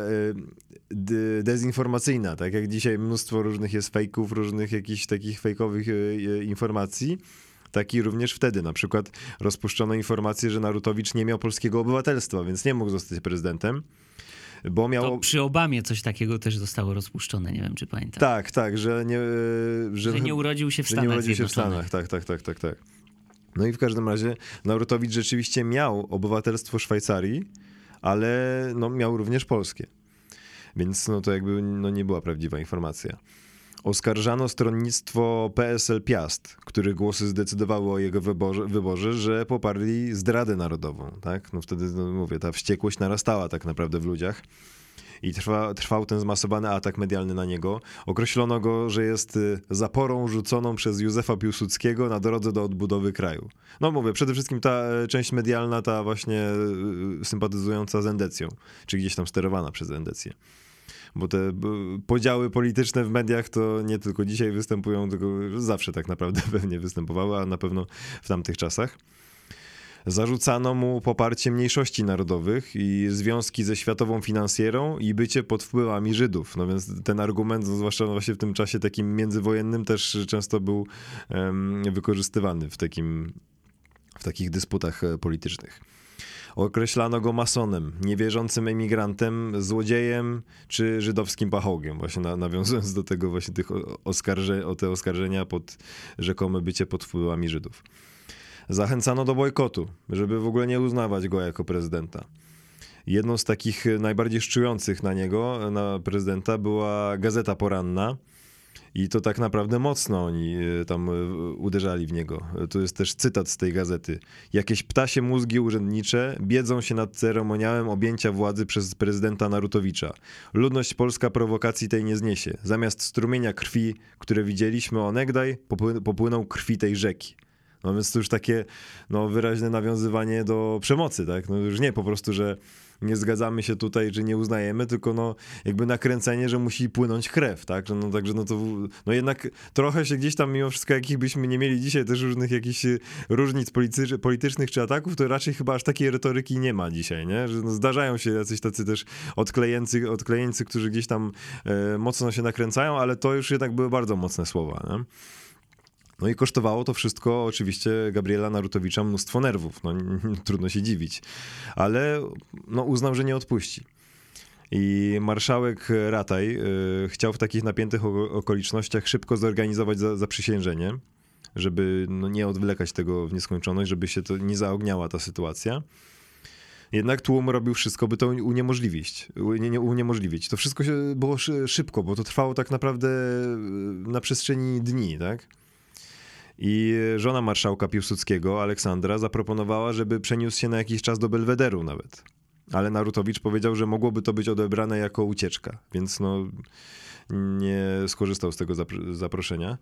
de, dezinformacyjna, tak jak dzisiaj mnóstwo różnych jest fejków, różnych jakichś takich fejkowych informacji. Tak i również wtedy na przykład rozpuszczono informację, że Narutowicz nie miał polskiego obywatelstwa, więc nie mógł zostać prezydentem. Bo miało... To przy Obamie coś takiego też zostało rozpuszczone, nie wiem, czy pamiętasz. Tak, tak, że nie... Że, że nie urodził się w Stanach Że nie urodził się w Stanach, tak, tak, tak, tak, tak. No i w każdym razie Narutowicz rzeczywiście miał obywatelstwo Szwajcarii, ale no, miał również polskie. Więc no, to jakby no, nie była prawdziwa informacja. Oskarżano stronnictwo P S L Piast, których głosy zdecydowały o jego wyborze, wyborze że poparli zdradę narodową. Tak? No wtedy, no mówię, ta wściekłość narastała tak naprawdę w ludziach i trwa, trwał ten zmasowany atak medialny na niego. Określono go, że jest zaporą rzuconą przez Józefa Piłsudskiego na drodze do odbudowy kraju. No mówię, przede wszystkim ta część medialna, ta właśnie sympatyzująca z endecją, czy gdzieś tam sterowana przez endecję. bo te podziały polityczne w mediach to nie tylko dzisiaj występują, tylko zawsze tak naprawdę pewnie występowały, a na pewno w tamtych czasach. Zarzucano mu poparcie mniejszości narodowych i związki ze światową finansjerą i bycie pod wpływami Żydów. No więc ten argument, zwłaszcza właśnie w tym czasie takim międzywojennym, też często był um, wykorzystywany w, takim, w takich dysputach politycznych. Określano go masonem, niewierzącym emigrantem, złodziejem czy żydowskim pachołkiem, właśnie na, nawiązując do tego właśnie tych oskarże, o te oskarżenia pod rzekome bycie pod wpływami Żydów. Zachęcano do bojkotu, żeby w ogóle nie uznawać go jako prezydenta. Jedną z takich najbardziej szczujących na niego, na prezydenta, była Gazeta Poranna i to tak naprawdę mocno oni tam uderzali w niego. Tu jest też cytat z tej gazety. Jakieś ptasie mózgi urzędnicze biedzą się nad ceremoniałem objęcia władzy przez prezydenta Narutowicza. Ludność polska prowokacji tej nie zniesie. Zamiast strumienia krwi, które widzieliśmy onegdaj, popły- popłyną krwi tej rzeki. No więc to już takie no, wyraźne nawiązywanie do przemocy, tak? No już nie po prostu, że nie zgadzamy się tutaj, czy nie uznajemy, tylko no jakby nakręcenie, że musi płynąć krew, tak? No, także no to no jednak trochę się gdzieś tam mimo wszystko, jakich byśmy nie mieli dzisiaj też różnych jakichś różnic polityczy, politycznych czy ataków, to raczej chyba aż takiej retoryki nie ma dzisiaj, nie? Że no, zdarzają się jacyś tacy też odklejeńcy, odklejeńcy którzy gdzieś tam e, mocno się nakręcają, ale to już jednak były bardzo mocne słowa, nie? No i kosztowało to wszystko oczywiście Gabriela Narutowicza mnóstwo nerwów, no trudno się dziwić, ale no, uznał, że nie odpuści. I marszałek Rataj y, chciał w takich napiętych o, okolicznościach szybko zorganizować za, zaprzysiężenie, żeby no, nie odwlekać tego w nieskończoność, żeby się to nie zaogniała ta sytuacja. Jednak tłum robił wszystko, by to uniemożliwić. Nie, nie, uniemożliwić. To wszystko się było szybko, bo to trwało tak naprawdę na przestrzeni dni, tak? I żona marszałka Piłsudskiego, Aleksandra, zaproponowała, żeby przeniósł się na jakiś czas do Belwederu nawet. Ale Narutowicz powiedział, że mogłoby to być odebrane jako ucieczka, więc no nie skorzystał z tego zapr- zaproszenia.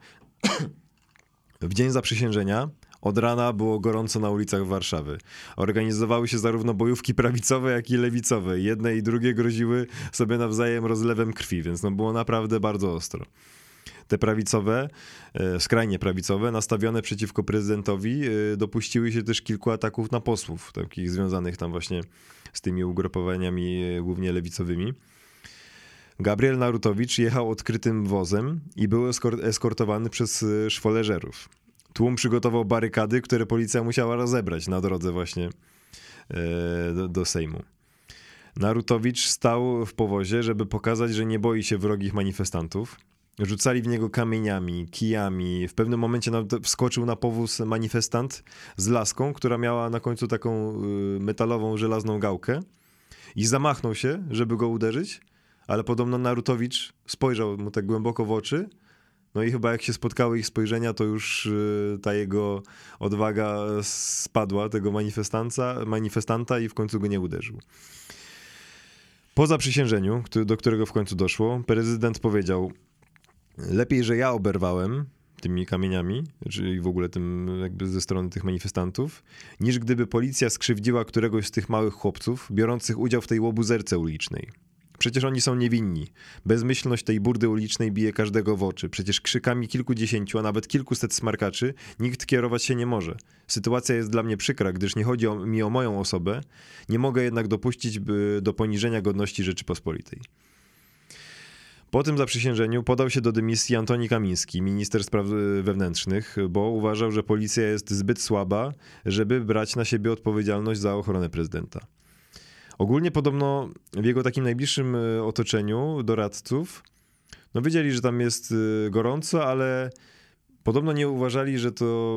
W dzień zaprzysiężenia od rana było gorąco na ulicach Warszawy. Organizowały się zarówno bojówki prawicowe, jak i lewicowe. Jedne i drugie groziły sobie nawzajem rozlewem krwi, więc no było naprawdę bardzo ostro. Te prawicowe, skrajnie prawicowe, nastawione przeciwko prezydentowi, dopuściły się też kilku ataków na posłów, takich związanych tam właśnie z tymi ugrupowaniami głównie lewicowymi. Gabriel Narutowicz jechał odkrytym wozem i był eskortowany przez szwoleżerów. Tłum przygotował barykady, które policja musiała rozebrać na drodze właśnie do, do Sejmu. Narutowicz stał w powozie, żeby pokazać, że nie boi się wrogich manifestantów. Rzucali w niego kamieniami, kijami. W pewnym momencie wskoczył na powóz manifestant z laską, która miała na końcu taką metalową, żelazną gałkę i zamachnął się, żeby go uderzyć, ale podobno Narutowicz spojrzał mu tak głęboko w oczy, no i chyba jak się spotkały ich spojrzenia, to już ta jego odwaga spadła, tego manifestanta, manifestanta i w końcu go nie uderzył. Po zaprzysiężeniu, do którego w końcu doszło, prezydent powiedział: lepiej, że ja oberwałem tymi kamieniami, czyli w ogóle tym jakby ze strony tych manifestantów, niż gdyby policja skrzywdziła któregoś z tych małych chłopców, biorących udział w tej łobuzerce ulicznej. Przecież oni są niewinni. Bezmyślność tej burdy ulicznej bije każdego w oczy. Przecież krzykami kilkudziesięciu, a nawet kilkuset smarkaczy nikt kierować się nie może. Sytuacja jest dla mnie przykra, gdyż nie chodzi o, mi o moją osobę. Nie mogę jednak dopuścić by, do poniżenia godności Rzeczypospolitej. Po tym zaprzysiężeniu podał się do dymisji Antoni Kamiński, minister spraw wewnętrznych, bo uważał, że policja jest zbyt słaba, żeby brać na siebie odpowiedzialność za ochronę prezydenta. Ogólnie podobno w jego takim najbliższym otoczeniu doradców, no wiedzieli, że tam jest gorąco, ale podobno nie uważali, że to,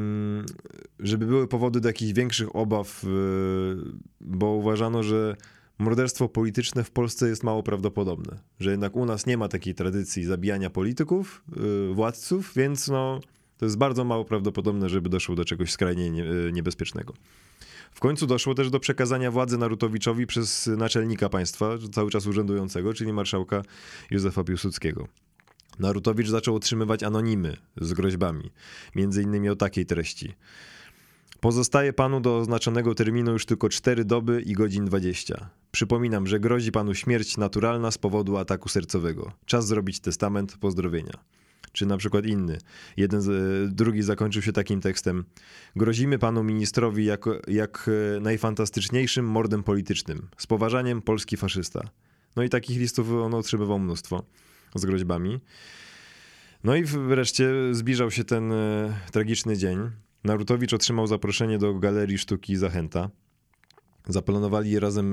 żeby były powody do jakichś większych obaw, bo uważano, że morderstwo polityczne w Polsce jest mało prawdopodobne, że jednak u nas nie ma takiej tradycji zabijania polityków, władców, więc no, to jest bardzo mało prawdopodobne, żeby doszło do czegoś skrajnie niebezpiecznego. W końcu doszło też do przekazania władzy Narutowiczowi przez naczelnika państwa, cały czas urzędującego, czyli marszałka Józefa Piłsudskiego. Narutowicz zaczął otrzymywać anonimy z groźbami, między innymi o takiej treści: pozostaje panu do oznaczonego terminu już tylko cztery doby i godzin dwadzieścia. Przypominam, że grozi panu śmierć naturalna z powodu ataku sercowego. Czas zrobić testament, pozdrowienia. Czy na przykład inny. Jeden z, drugi zakończył się takim tekstem. Grozimy panu ministrowi jak, jak najfantastyczniejszym mordem politycznym. Z poważaniem, polski faszysta. No i takich listów on otrzymywał mnóstwo z groźbami. No i wreszcie zbliżał się ten e, tragiczny dzień. Narutowicz otrzymał zaproszenie do Galerii Sztuki Zachęta. Zaplanowali razem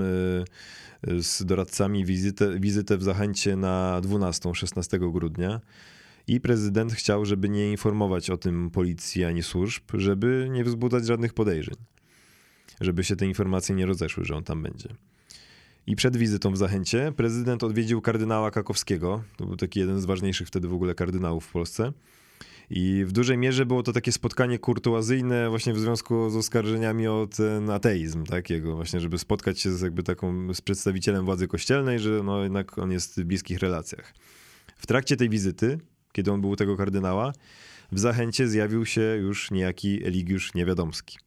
e, z doradcami wizytę, wizytę w Zachęcie na dwunastą, szesnastego grudnia. I prezydent chciał, żeby nie informować o tym policji ani służb, żeby nie wzbudzać żadnych podejrzeń. Żeby się te informacje nie rozeszły, że on tam będzie. I przed wizytą w Zachęcie prezydent odwiedził kardynała Kakowskiego. To był taki jeden z ważniejszych wtedy w ogóle kardynałów w Polsce. I w dużej mierze było to takie spotkanie kurtuazyjne właśnie w związku z oskarżeniami o ten ateizm takiego, właśnie żeby spotkać się z jakby taką z przedstawicielem władzy kościelnej, że no jednak on jest w bliskich relacjach. W trakcie tej wizyty, kiedy on był u tego kardynała, w Zachęcie zjawił się już niejaki Eligiusz Niewiadomski.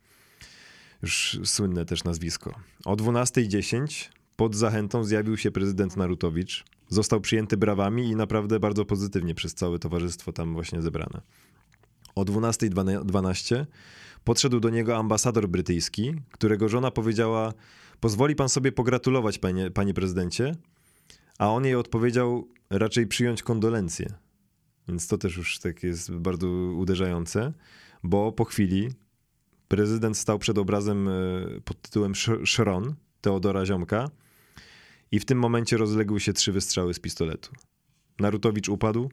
Już słynne też nazwisko. O dwunasta dziesięć pod Zachętą zjawił się prezydent Narutowicz. Został przyjęty brawami i naprawdę bardzo pozytywnie przez całe towarzystwo tam właśnie zebrane. O dwunasta dwanaście podszedł do niego ambasador brytyjski, którego żona powiedziała: pozwoli pan sobie pogratulować, panie, panie prezydencie, a on jej odpowiedział: raczej przyjąć kondolencje. Więc to też już tak jest bardzo uderzające, bo po chwili prezydent stał przed obrazem pod tytułem Szron Teodora Ziomka i w tym momencie rozległy się trzy wystrzały z pistoletu. Narutowicz upadł,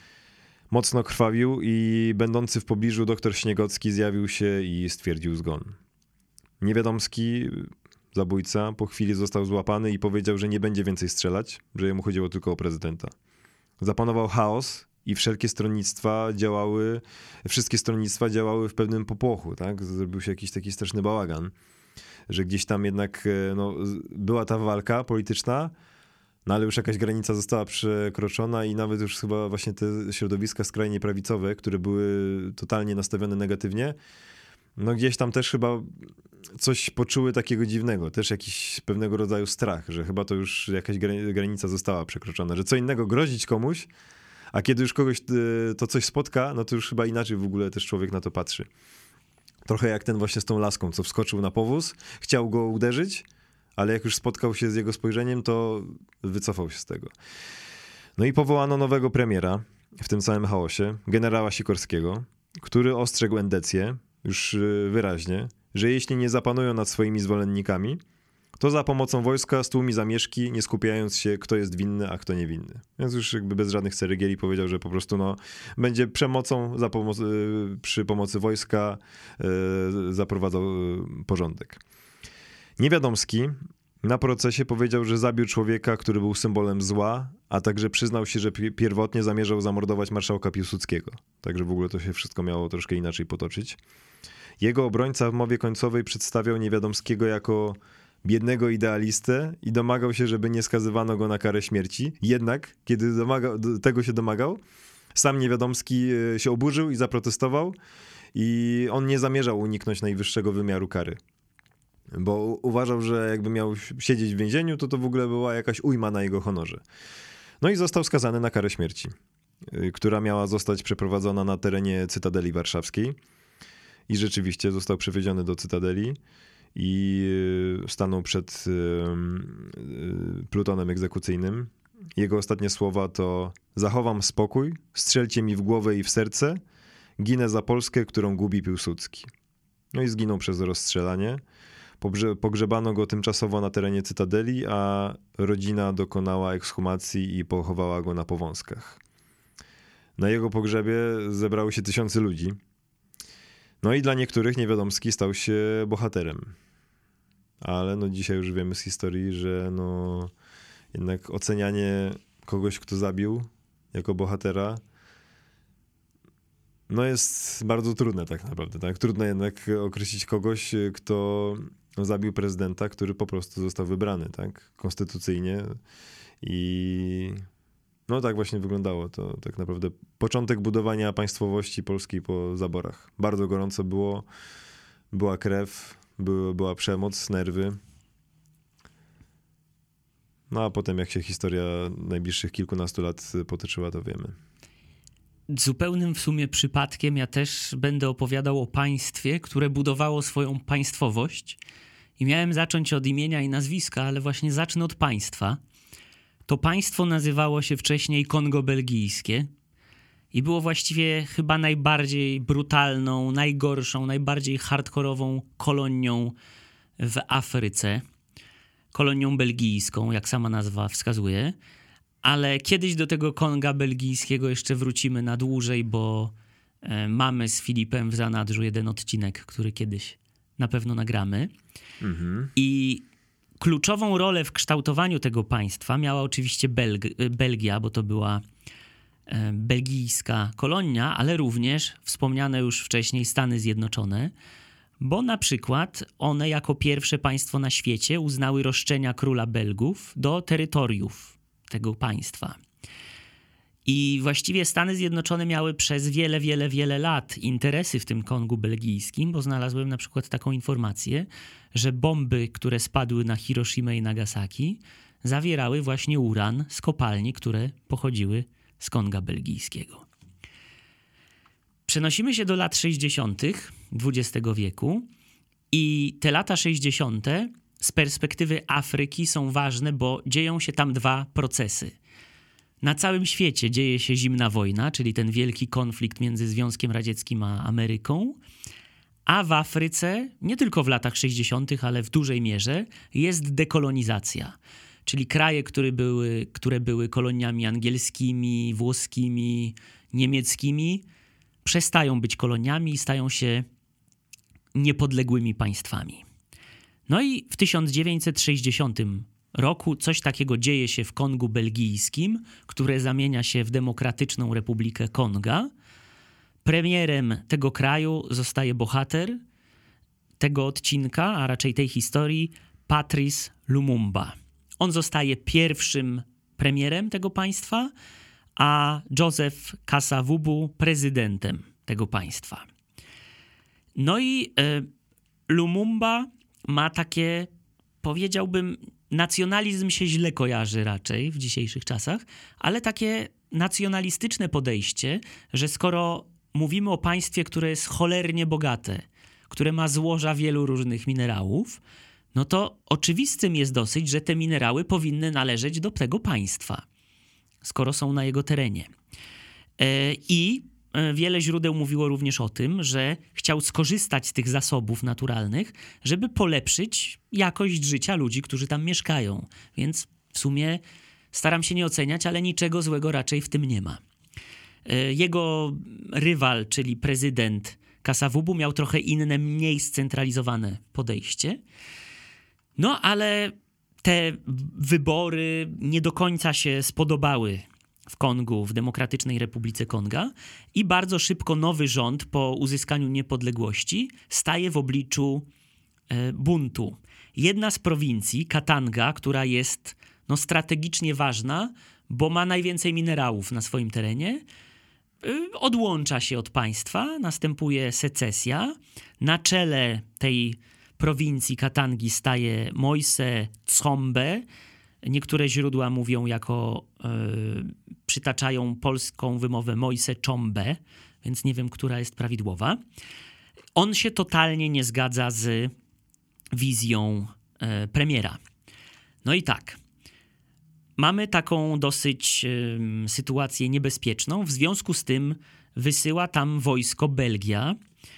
mocno krwawił i będący w pobliżu doktor Śniegocki zjawił się i stwierdził zgon. Niewiadomski, zabójca, po chwili został złapany i powiedział, że nie będzie więcej strzelać, że jemu chodziło tylko o prezydenta. Zapanował chaos i wszelkie stronnictwa działały, wszystkie stronnictwa działały w pewnym popłochu, tak? Zrobił się jakiś taki straszny bałagan, że gdzieś tam jednak no, była ta walka polityczna, no ale już jakaś granica została przekroczona i nawet już chyba właśnie te środowiska skrajnie prawicowe, które były totalnie nastawione negatywnie, no gdzieś tam też chyba coś poczuły takiego dziwnego, też jakiś pewnego rodzaju strach, że chyba to już jakaś granica została przekroczona, że co innego grozić komuś, a kiedy już kogoś to coś spotka, no to już chyba inaczej w ogóle też człowiek na to patrzy. Trochę jak ten właśnie z tą laską, co wskoczył na powóz, chciał go uderzyć, ale jak już spotkał się z jego spojrzeniem, to wycofał się z tego. No i powołano nowego premiera w tym całym chaosie, generała Sikorskiego, który ostrzegł endecję już wyraźnie, że jeśli nie zapanują nad swoimi zwolennikami, to za pomocą wojska stłumi zamieszki, nie skupiając się, kto jest winny, a kto niewinny. Więc już jakby bez żadnych ceregieli powiedział, że po prostu no, będzie przemocą za pomo- przy pomocy wojska yy, zaprowadzał yy, porządek. Niewiadomski na procesie powiedział, że zabił człowieka, który był symbolem zła, a także przyznał się, że pierwotnie zamierzał zamordować marszałka Piłsudskiego. Także w ogóle to się wszystko miało troszkę inaczej potoczyć. Jego obrońca w mowie końcowej przedstawiał Niewiadomskiego jako biednego idealistę i domagał się, żeby nie skazywano go na karę śmierci. Jednak, kiedy domagał, tego się domagał, sam Niewiadomski się oburzył i zaprotestował i on nie zamierzał uniknąć najwyższego wymiaru kary. Bo uważał, że jakby miał siedzieć w więzieniu, to to w ogóle była jakaś ujma na jego honorze. No i został skazany na karę śmierci, która miała zostać przeprowadzona na terenie Cytadeli Warszawskiej. I rzeczywiście został przewieziony do Cytadeli i stanął przed plutonem egzekucyjnym. Jego ostatnie słowa to: zachowam spokój, strzelcie mi w głowę i w serce, ginę za Polskę, którą gubi Piłsudski. No i zginął przez rozstrzelanie. Pogrzebano go tymczasowo na terenie Cytadeli, a rodzina dokonała ekshumacji i pochowała go na Powązkach. Na jego pogrzebie zebrało się tysiące ludzi. No i dla niektórych Niewiadomski stał się bohaterem. Ale no dzisiaj już wiemy z historii, że no jednak ocenianie kogoś, kto zabił, jako bohatera, no jest bardzo trudne tak naprawdę. Tak? Trudno jednak określić kogoś, kto zabił prezydenta, który po prostu został wybrany, tak? Konstytucyjnie. I no tak właśnie wyglądało to tak naprawdę. Początek budowania państwowości polskiej po zaborach. Bardzo gorąco było, była krew, była, była przemoc, nerwy. No a potem jak się historia najbliższych kilkunastu lat potoczyła, to wiemy. Zupełnym w sumie przypadkiem ja też będę opowiadał o państwie, które budowało swoją państwowość i miałem zacząć od imienia i nazwiska, ale właśnie zacznę od państwa. To państwo nazywało się wcześniej Kongo Belgijskie i było właściwie chyba najbardziej brutalną, najgorszą, najbardziej hardkorową kolonią w Afryce. Kolonią belgijską, jak sama nazwa wskazuje. Ale kiedyś do tego Konga belgijskiego jeszcze wrócimy na dłużej, bo e, mamy z Filipem w zanadrzu jeden odcinek, który kiedyś na pewno nagramy. Mhm. I kluczową rolę w kształtowaniu tego państwa miała oczywiście Belg- Belgia, bo to była e, belgijska kolonia, ale również wspomniane już wcześniej Stany Zjednoczone, bo na przykład one jako pierwsze państwo na świecie uznały roszczenia króla Belgów do terytoriów tego państwa. I właściwie Stany Zjednoczone miały przez wiele, wiele, wiele lat interesy w tym Kongu belgijskim, bo znalazłem na przykład taką informację, że bomby, które spadły na Hiroshimę i Nagasaki, zawierały właśnie uran z kopalni, które pochodziły z Konga belgijskiego. Przenosimy się do lat sześćdziesiątych dwudziestego wieku i te lata sześćdziesiąte z perspektywy Afryki są ważne, bo dzieją się tam dwa procesy. Na całym świecie dzieje się zimna wojna, czyli ten wielki konflikt między Związkiem Radzieckim a Ameryką, a w Afryce, nie tylko w latach sześćdziesiątych, ale w dużej mierze, jest dekolonizacja. Czyli kraje, które były, które były koloniami angielskimi, włoskimi, niemieckimi, przestają być koloniami i stają się niepodległymi państwami. No i w tysiąc dziewięćset sześćdziesiątym roku coś takiego dzieje się w Kongu belgijskim, które zamienia się w Demokratyczną Republikę Konga. Premierem tego kraju zostaje bohater tego odcinka, a raczej tej historii, Patrice Lumumba. On zostaje pierwszym premierem tego państwa, a Joseph Kasavubu prezydentem tego państwa. No i y, Lumumba ma takie, powiedziałbym, nacjonalizm się źle kojarzy raczej w dzisiejszych czasach, ale takie nacjonalistyczne podejście, że skoro mówimy o państwie, które jest cholernie bogate, które ma złoża wielu różnych minerałów, no to oczywistym jest dosyć, że te minerały powinny należeć do tego państwa, skoro są na jego terenie. I wiele źródeł mówiło również o tym, że chciał skorzystać z tych zasobów naturalnych, żeby polepszyć jakość życia ludzi, którzy tam mieszkają. Więc w sumie staram się nie oceniać, ale niczego złego raczej w tym nie ma. Jego rywal, czyli prezydent Kasavubu, miał trochę inne, mniej scentralizowane podejście. No ale te wybory nie do końca się spodobały w Kongu, w Demokratycznej Republice Konga i bardzo szybko nowy rząd po uzyskaniu niepodległości staje w obliczu e, buntu. Jedna z prowincji, Katanga, która jest no, strategicznie ważna, bo ma najwięcej minerałów na swoim terenie, e, odłącza się od państwa, następuje secesja. Na czele tej prowincji Katangi staje Moise Tsombe. Niektóre źródła mówią jako, yy, przytaczają polską wymowę Moise Tsombe, więc nie wiem, która jest prawidłowa. On się totalnie nie zgadza z wizją yy, premiera. No i tak, mamy taką dosyć yy, sytuację niebezpieczną. W związku z tym wysyła tam wojsko Belgia,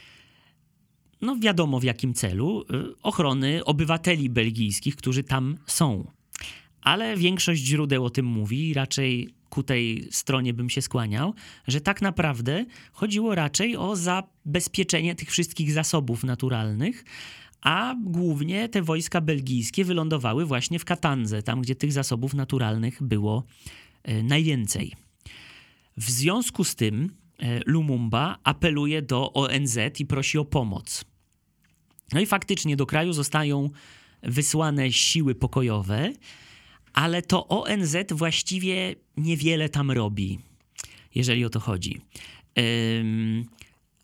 no wiadomo w jakim celu, yy, ochrony obywateli belgijskich, którzy tam są. Ale większość źródeł o tym mówi i raczej ku tej stronie bym się skłaniał, że tak naprawdę chodziło raczej o zabezpieczenie tych wszystkich zasobów naturalnych, a głównie te wojska belgijskie wylądowały właśnie w Katandze, tam gdzie tych zasobów naturalnych było e, najwięcej. W związku z tym e, Lumumba apeluje do O N Z i prosi o pomoc. No i faktycznie do kraju zostają wysłane siły pokojowe, ale to O N Z właściwie niewiele tam robi, jeżeli o to chodzi. Ym,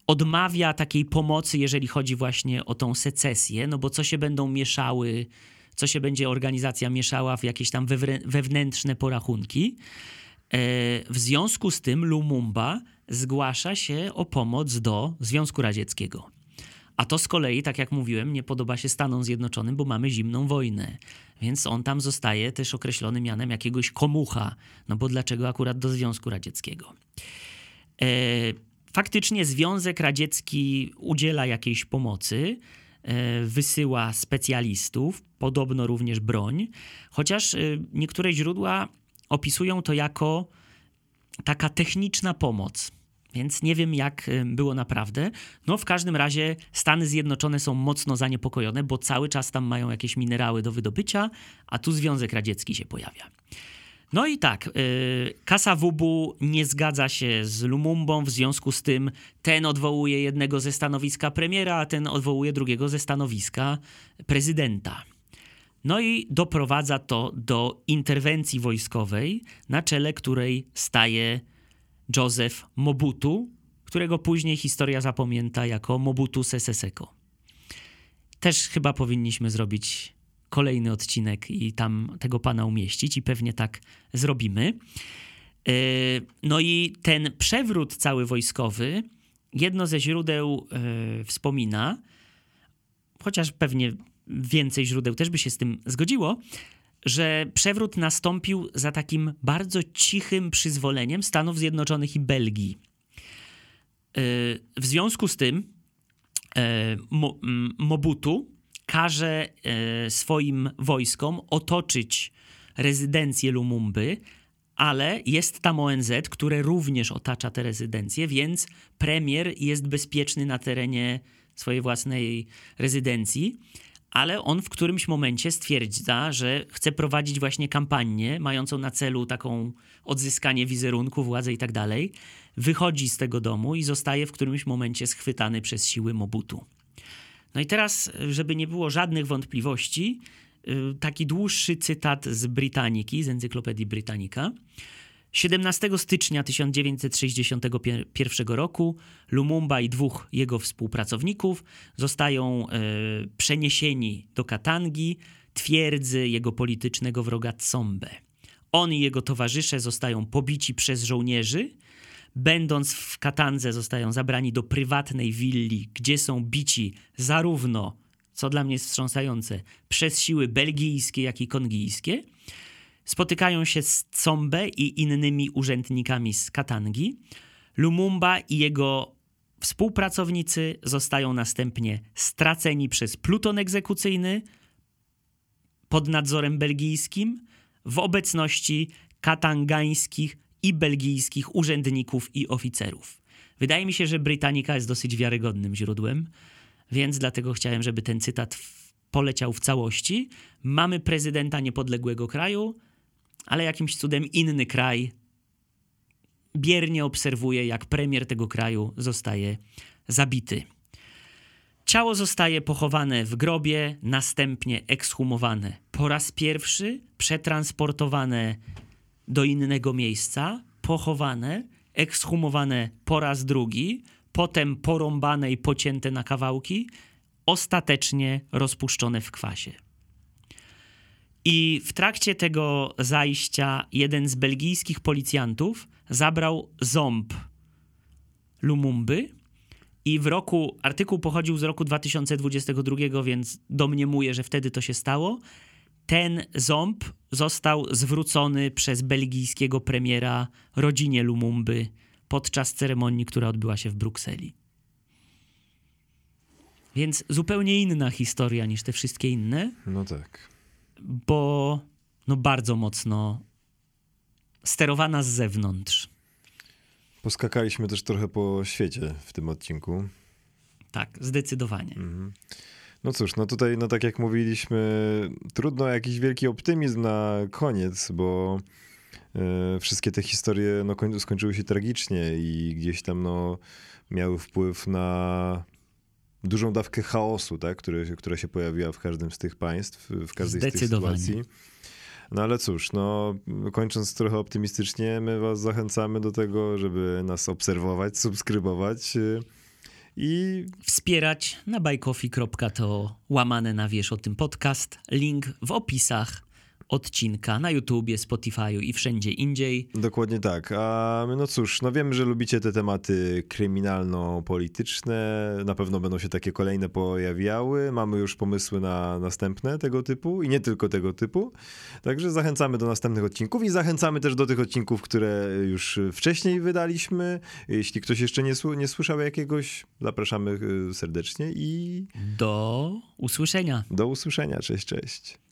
odmawia takiej pomocy, jeżeli chodzi właśnie o tą secesję, no bo co się będą mieszały, co się będzie organizacja mieszała w jakieś tam wewnę- wewnętrzne porachunki. W związku z tym Lumumba zgłasza się o pomoc do Związku Radzieckiego. A to z kolei, tak jak mówiłem, nie podoba się Stanom Zjednoczonym, bo mamy zimną wojnę. Więc on tam zostaje też określony mianem jakiegoś komucha. No bo dlaczego akurat do Związku Radzieckiego? E, faktycznie Związek Radziecki udziela jakiejś pomocy, e, wysyła specjalistów, podobno również broń, chociaż e, niektóre źródła opisują to jako taka techniczna pomoc. Więc nie wiem, jak było naprawdę. No w każdym razie Stany Zjednoczone są mocno zaniepokojone, bo cały czas tam mają jakieś minerały do wydobycia, a tu Związek Radziecki się pojawia. No i tak, yy, Kasa-Vubu nie zgadza się z Lumumbą, w związku z tym ten odwołuje jednego ze stanowiska premiera, a ten odwołuje drugiego ze stanowiska prezydenta. No i doprowadza to do interwencji wojskowej, na czele której staje Joseph Mobutu, którego później historia zapamięta jako Mobutu Sese Seko. Też chyba powinniśmy zrobić kolejny odcinek i tam tego pana umieścić i pewnie tak zrobimy. No i ten przewrót cały wojskowy, jedno ze źródeł wspomina, chociaż pewnie więcej źródeł też by się z tym zgodziło, że przewrót nastąpił za takim bardzo cichym przyzwoleniem Stanów Zjednoczonych i Belgii. W związku z tym Mobutu każe swoim wojskom otoczyć rezydencję Lumumby, ale jest tam O N Z, które również otacza tę rezydencję, więc premier jest bezpieczny na terenie swojej własnej rezydencji. Ale on w którymś momencie stwierdza, że chce prowadzić właśnie kampanię mającą na celu taką odzyskanie wizerunku, władzy i tak dalej. Wychodzi z tego domu i zostaje w którymś momencie schwytany przez siły Mobutu. No i teraz, żeby nie było żadnych wątpliwości, taki dłuższy cytat z Britaniki, z Encyklopedii Britannica. siedemnastego stycznia tysiąc dziewięćset sześćdziesiątego pierwszego roku Lumumba i dwóch jego współpracowników zostają e, przeniesieni do Katangi, twierdzy jego politycznego wroga Tsombe. On i jego towarzysze zostają pobici przez żołnierzy. Będąc w Katandze zostają zabrani do prywatnej willi, gdzie są bici zarówno, co dla mnie jest wstrząsające, przez siły belgijskie, jak i kongijskie. Spotykają się z Tsombe i innymi urzędnikami z Katangi. Lumumba i jego współpracownicy zostają następnie straceni przez pluton egzekucyjny pod nadzorem belgijskim w obecności katangańskich i belgijskich urzędników i oficerów. Wydaje mi się, że Britannica jest dosyć wiarygodnym źródłem, więc dlatego chciałem, żeby ten cytat w- poleciał w całości. Mamy prezydenta niepodległego kraju, ale jakimś cudem inny kraj biernie obserwuje, jak premier tego kraju zostaje zabity. Ciało zostaje pochowane w grobie, następnie ekshumowane po raz pierwszy, przetransportowane do innego miejsca, pochowane, ekshumowane po raz drugi, potem porąbane i pocięte na kawałki, ostatecznie rozpuszczone w kwasie. I w trakcie tego zajścia jeden z belgijskich policjantów zabrał ząb Lumumby i w roku, artykuł pochodził z roku dwa tysiące dwudziestego drugiego, więc domniemuję, że wtedy to się stało. Ten ząb został zwrócony przez belgijskiego premiera rodzinie Lumumby podczas ceremonii, która odbyła się w Brukseli. Więc zupełnie inna historia niż te wszystkie inne. No tak. Bo no bardzo mocno sterowana z zewnątrz. Poskakaliśmy też trochę po świecie w tym odcinku. Tak, zdecydowanie. Mhm. No cóż, no tutaj, no tak jak mówiliśmy, trudno jakiś wielki optymizm na koniec, bo e, wszystkie te historie no, koń, skończyły się tragicznie i gdzieś tam no, miały wpływ na dużą dawkę chaosu, tak, który, która się pojawiła w każdym z tych państw, w każdej z tych sytuacji. No ale cóż, no kończąc trochę optymistycznie, my was zachęcamy do tego, żeby nas obserwować, subskrybować i Wspierać na buycoffee kropka to łamane na Wiesz o tym podcast. Link w opisach odcinka na YouTubie, Spotify'u i wszędzie indziej. dokładnie tak. A my, no cóż, no wiemy, że lubicie te tematy kryminalno-polityczne. Na pewno będą się takie kolejne pojawiały. Mamy już pomysły na następne tego typu i nie tylko tego typu. Także zachęcamy do następnych odcinków i zachęcamy też do tych odcinków, które już wcześniej wydaliśmy. Jeśli ktoś jeszcze nie, słu- nie słyszał jakiegoś, zapraszamy y, serdecznie i Do usłyszenia. do usłyszenia. Cześć, cześć.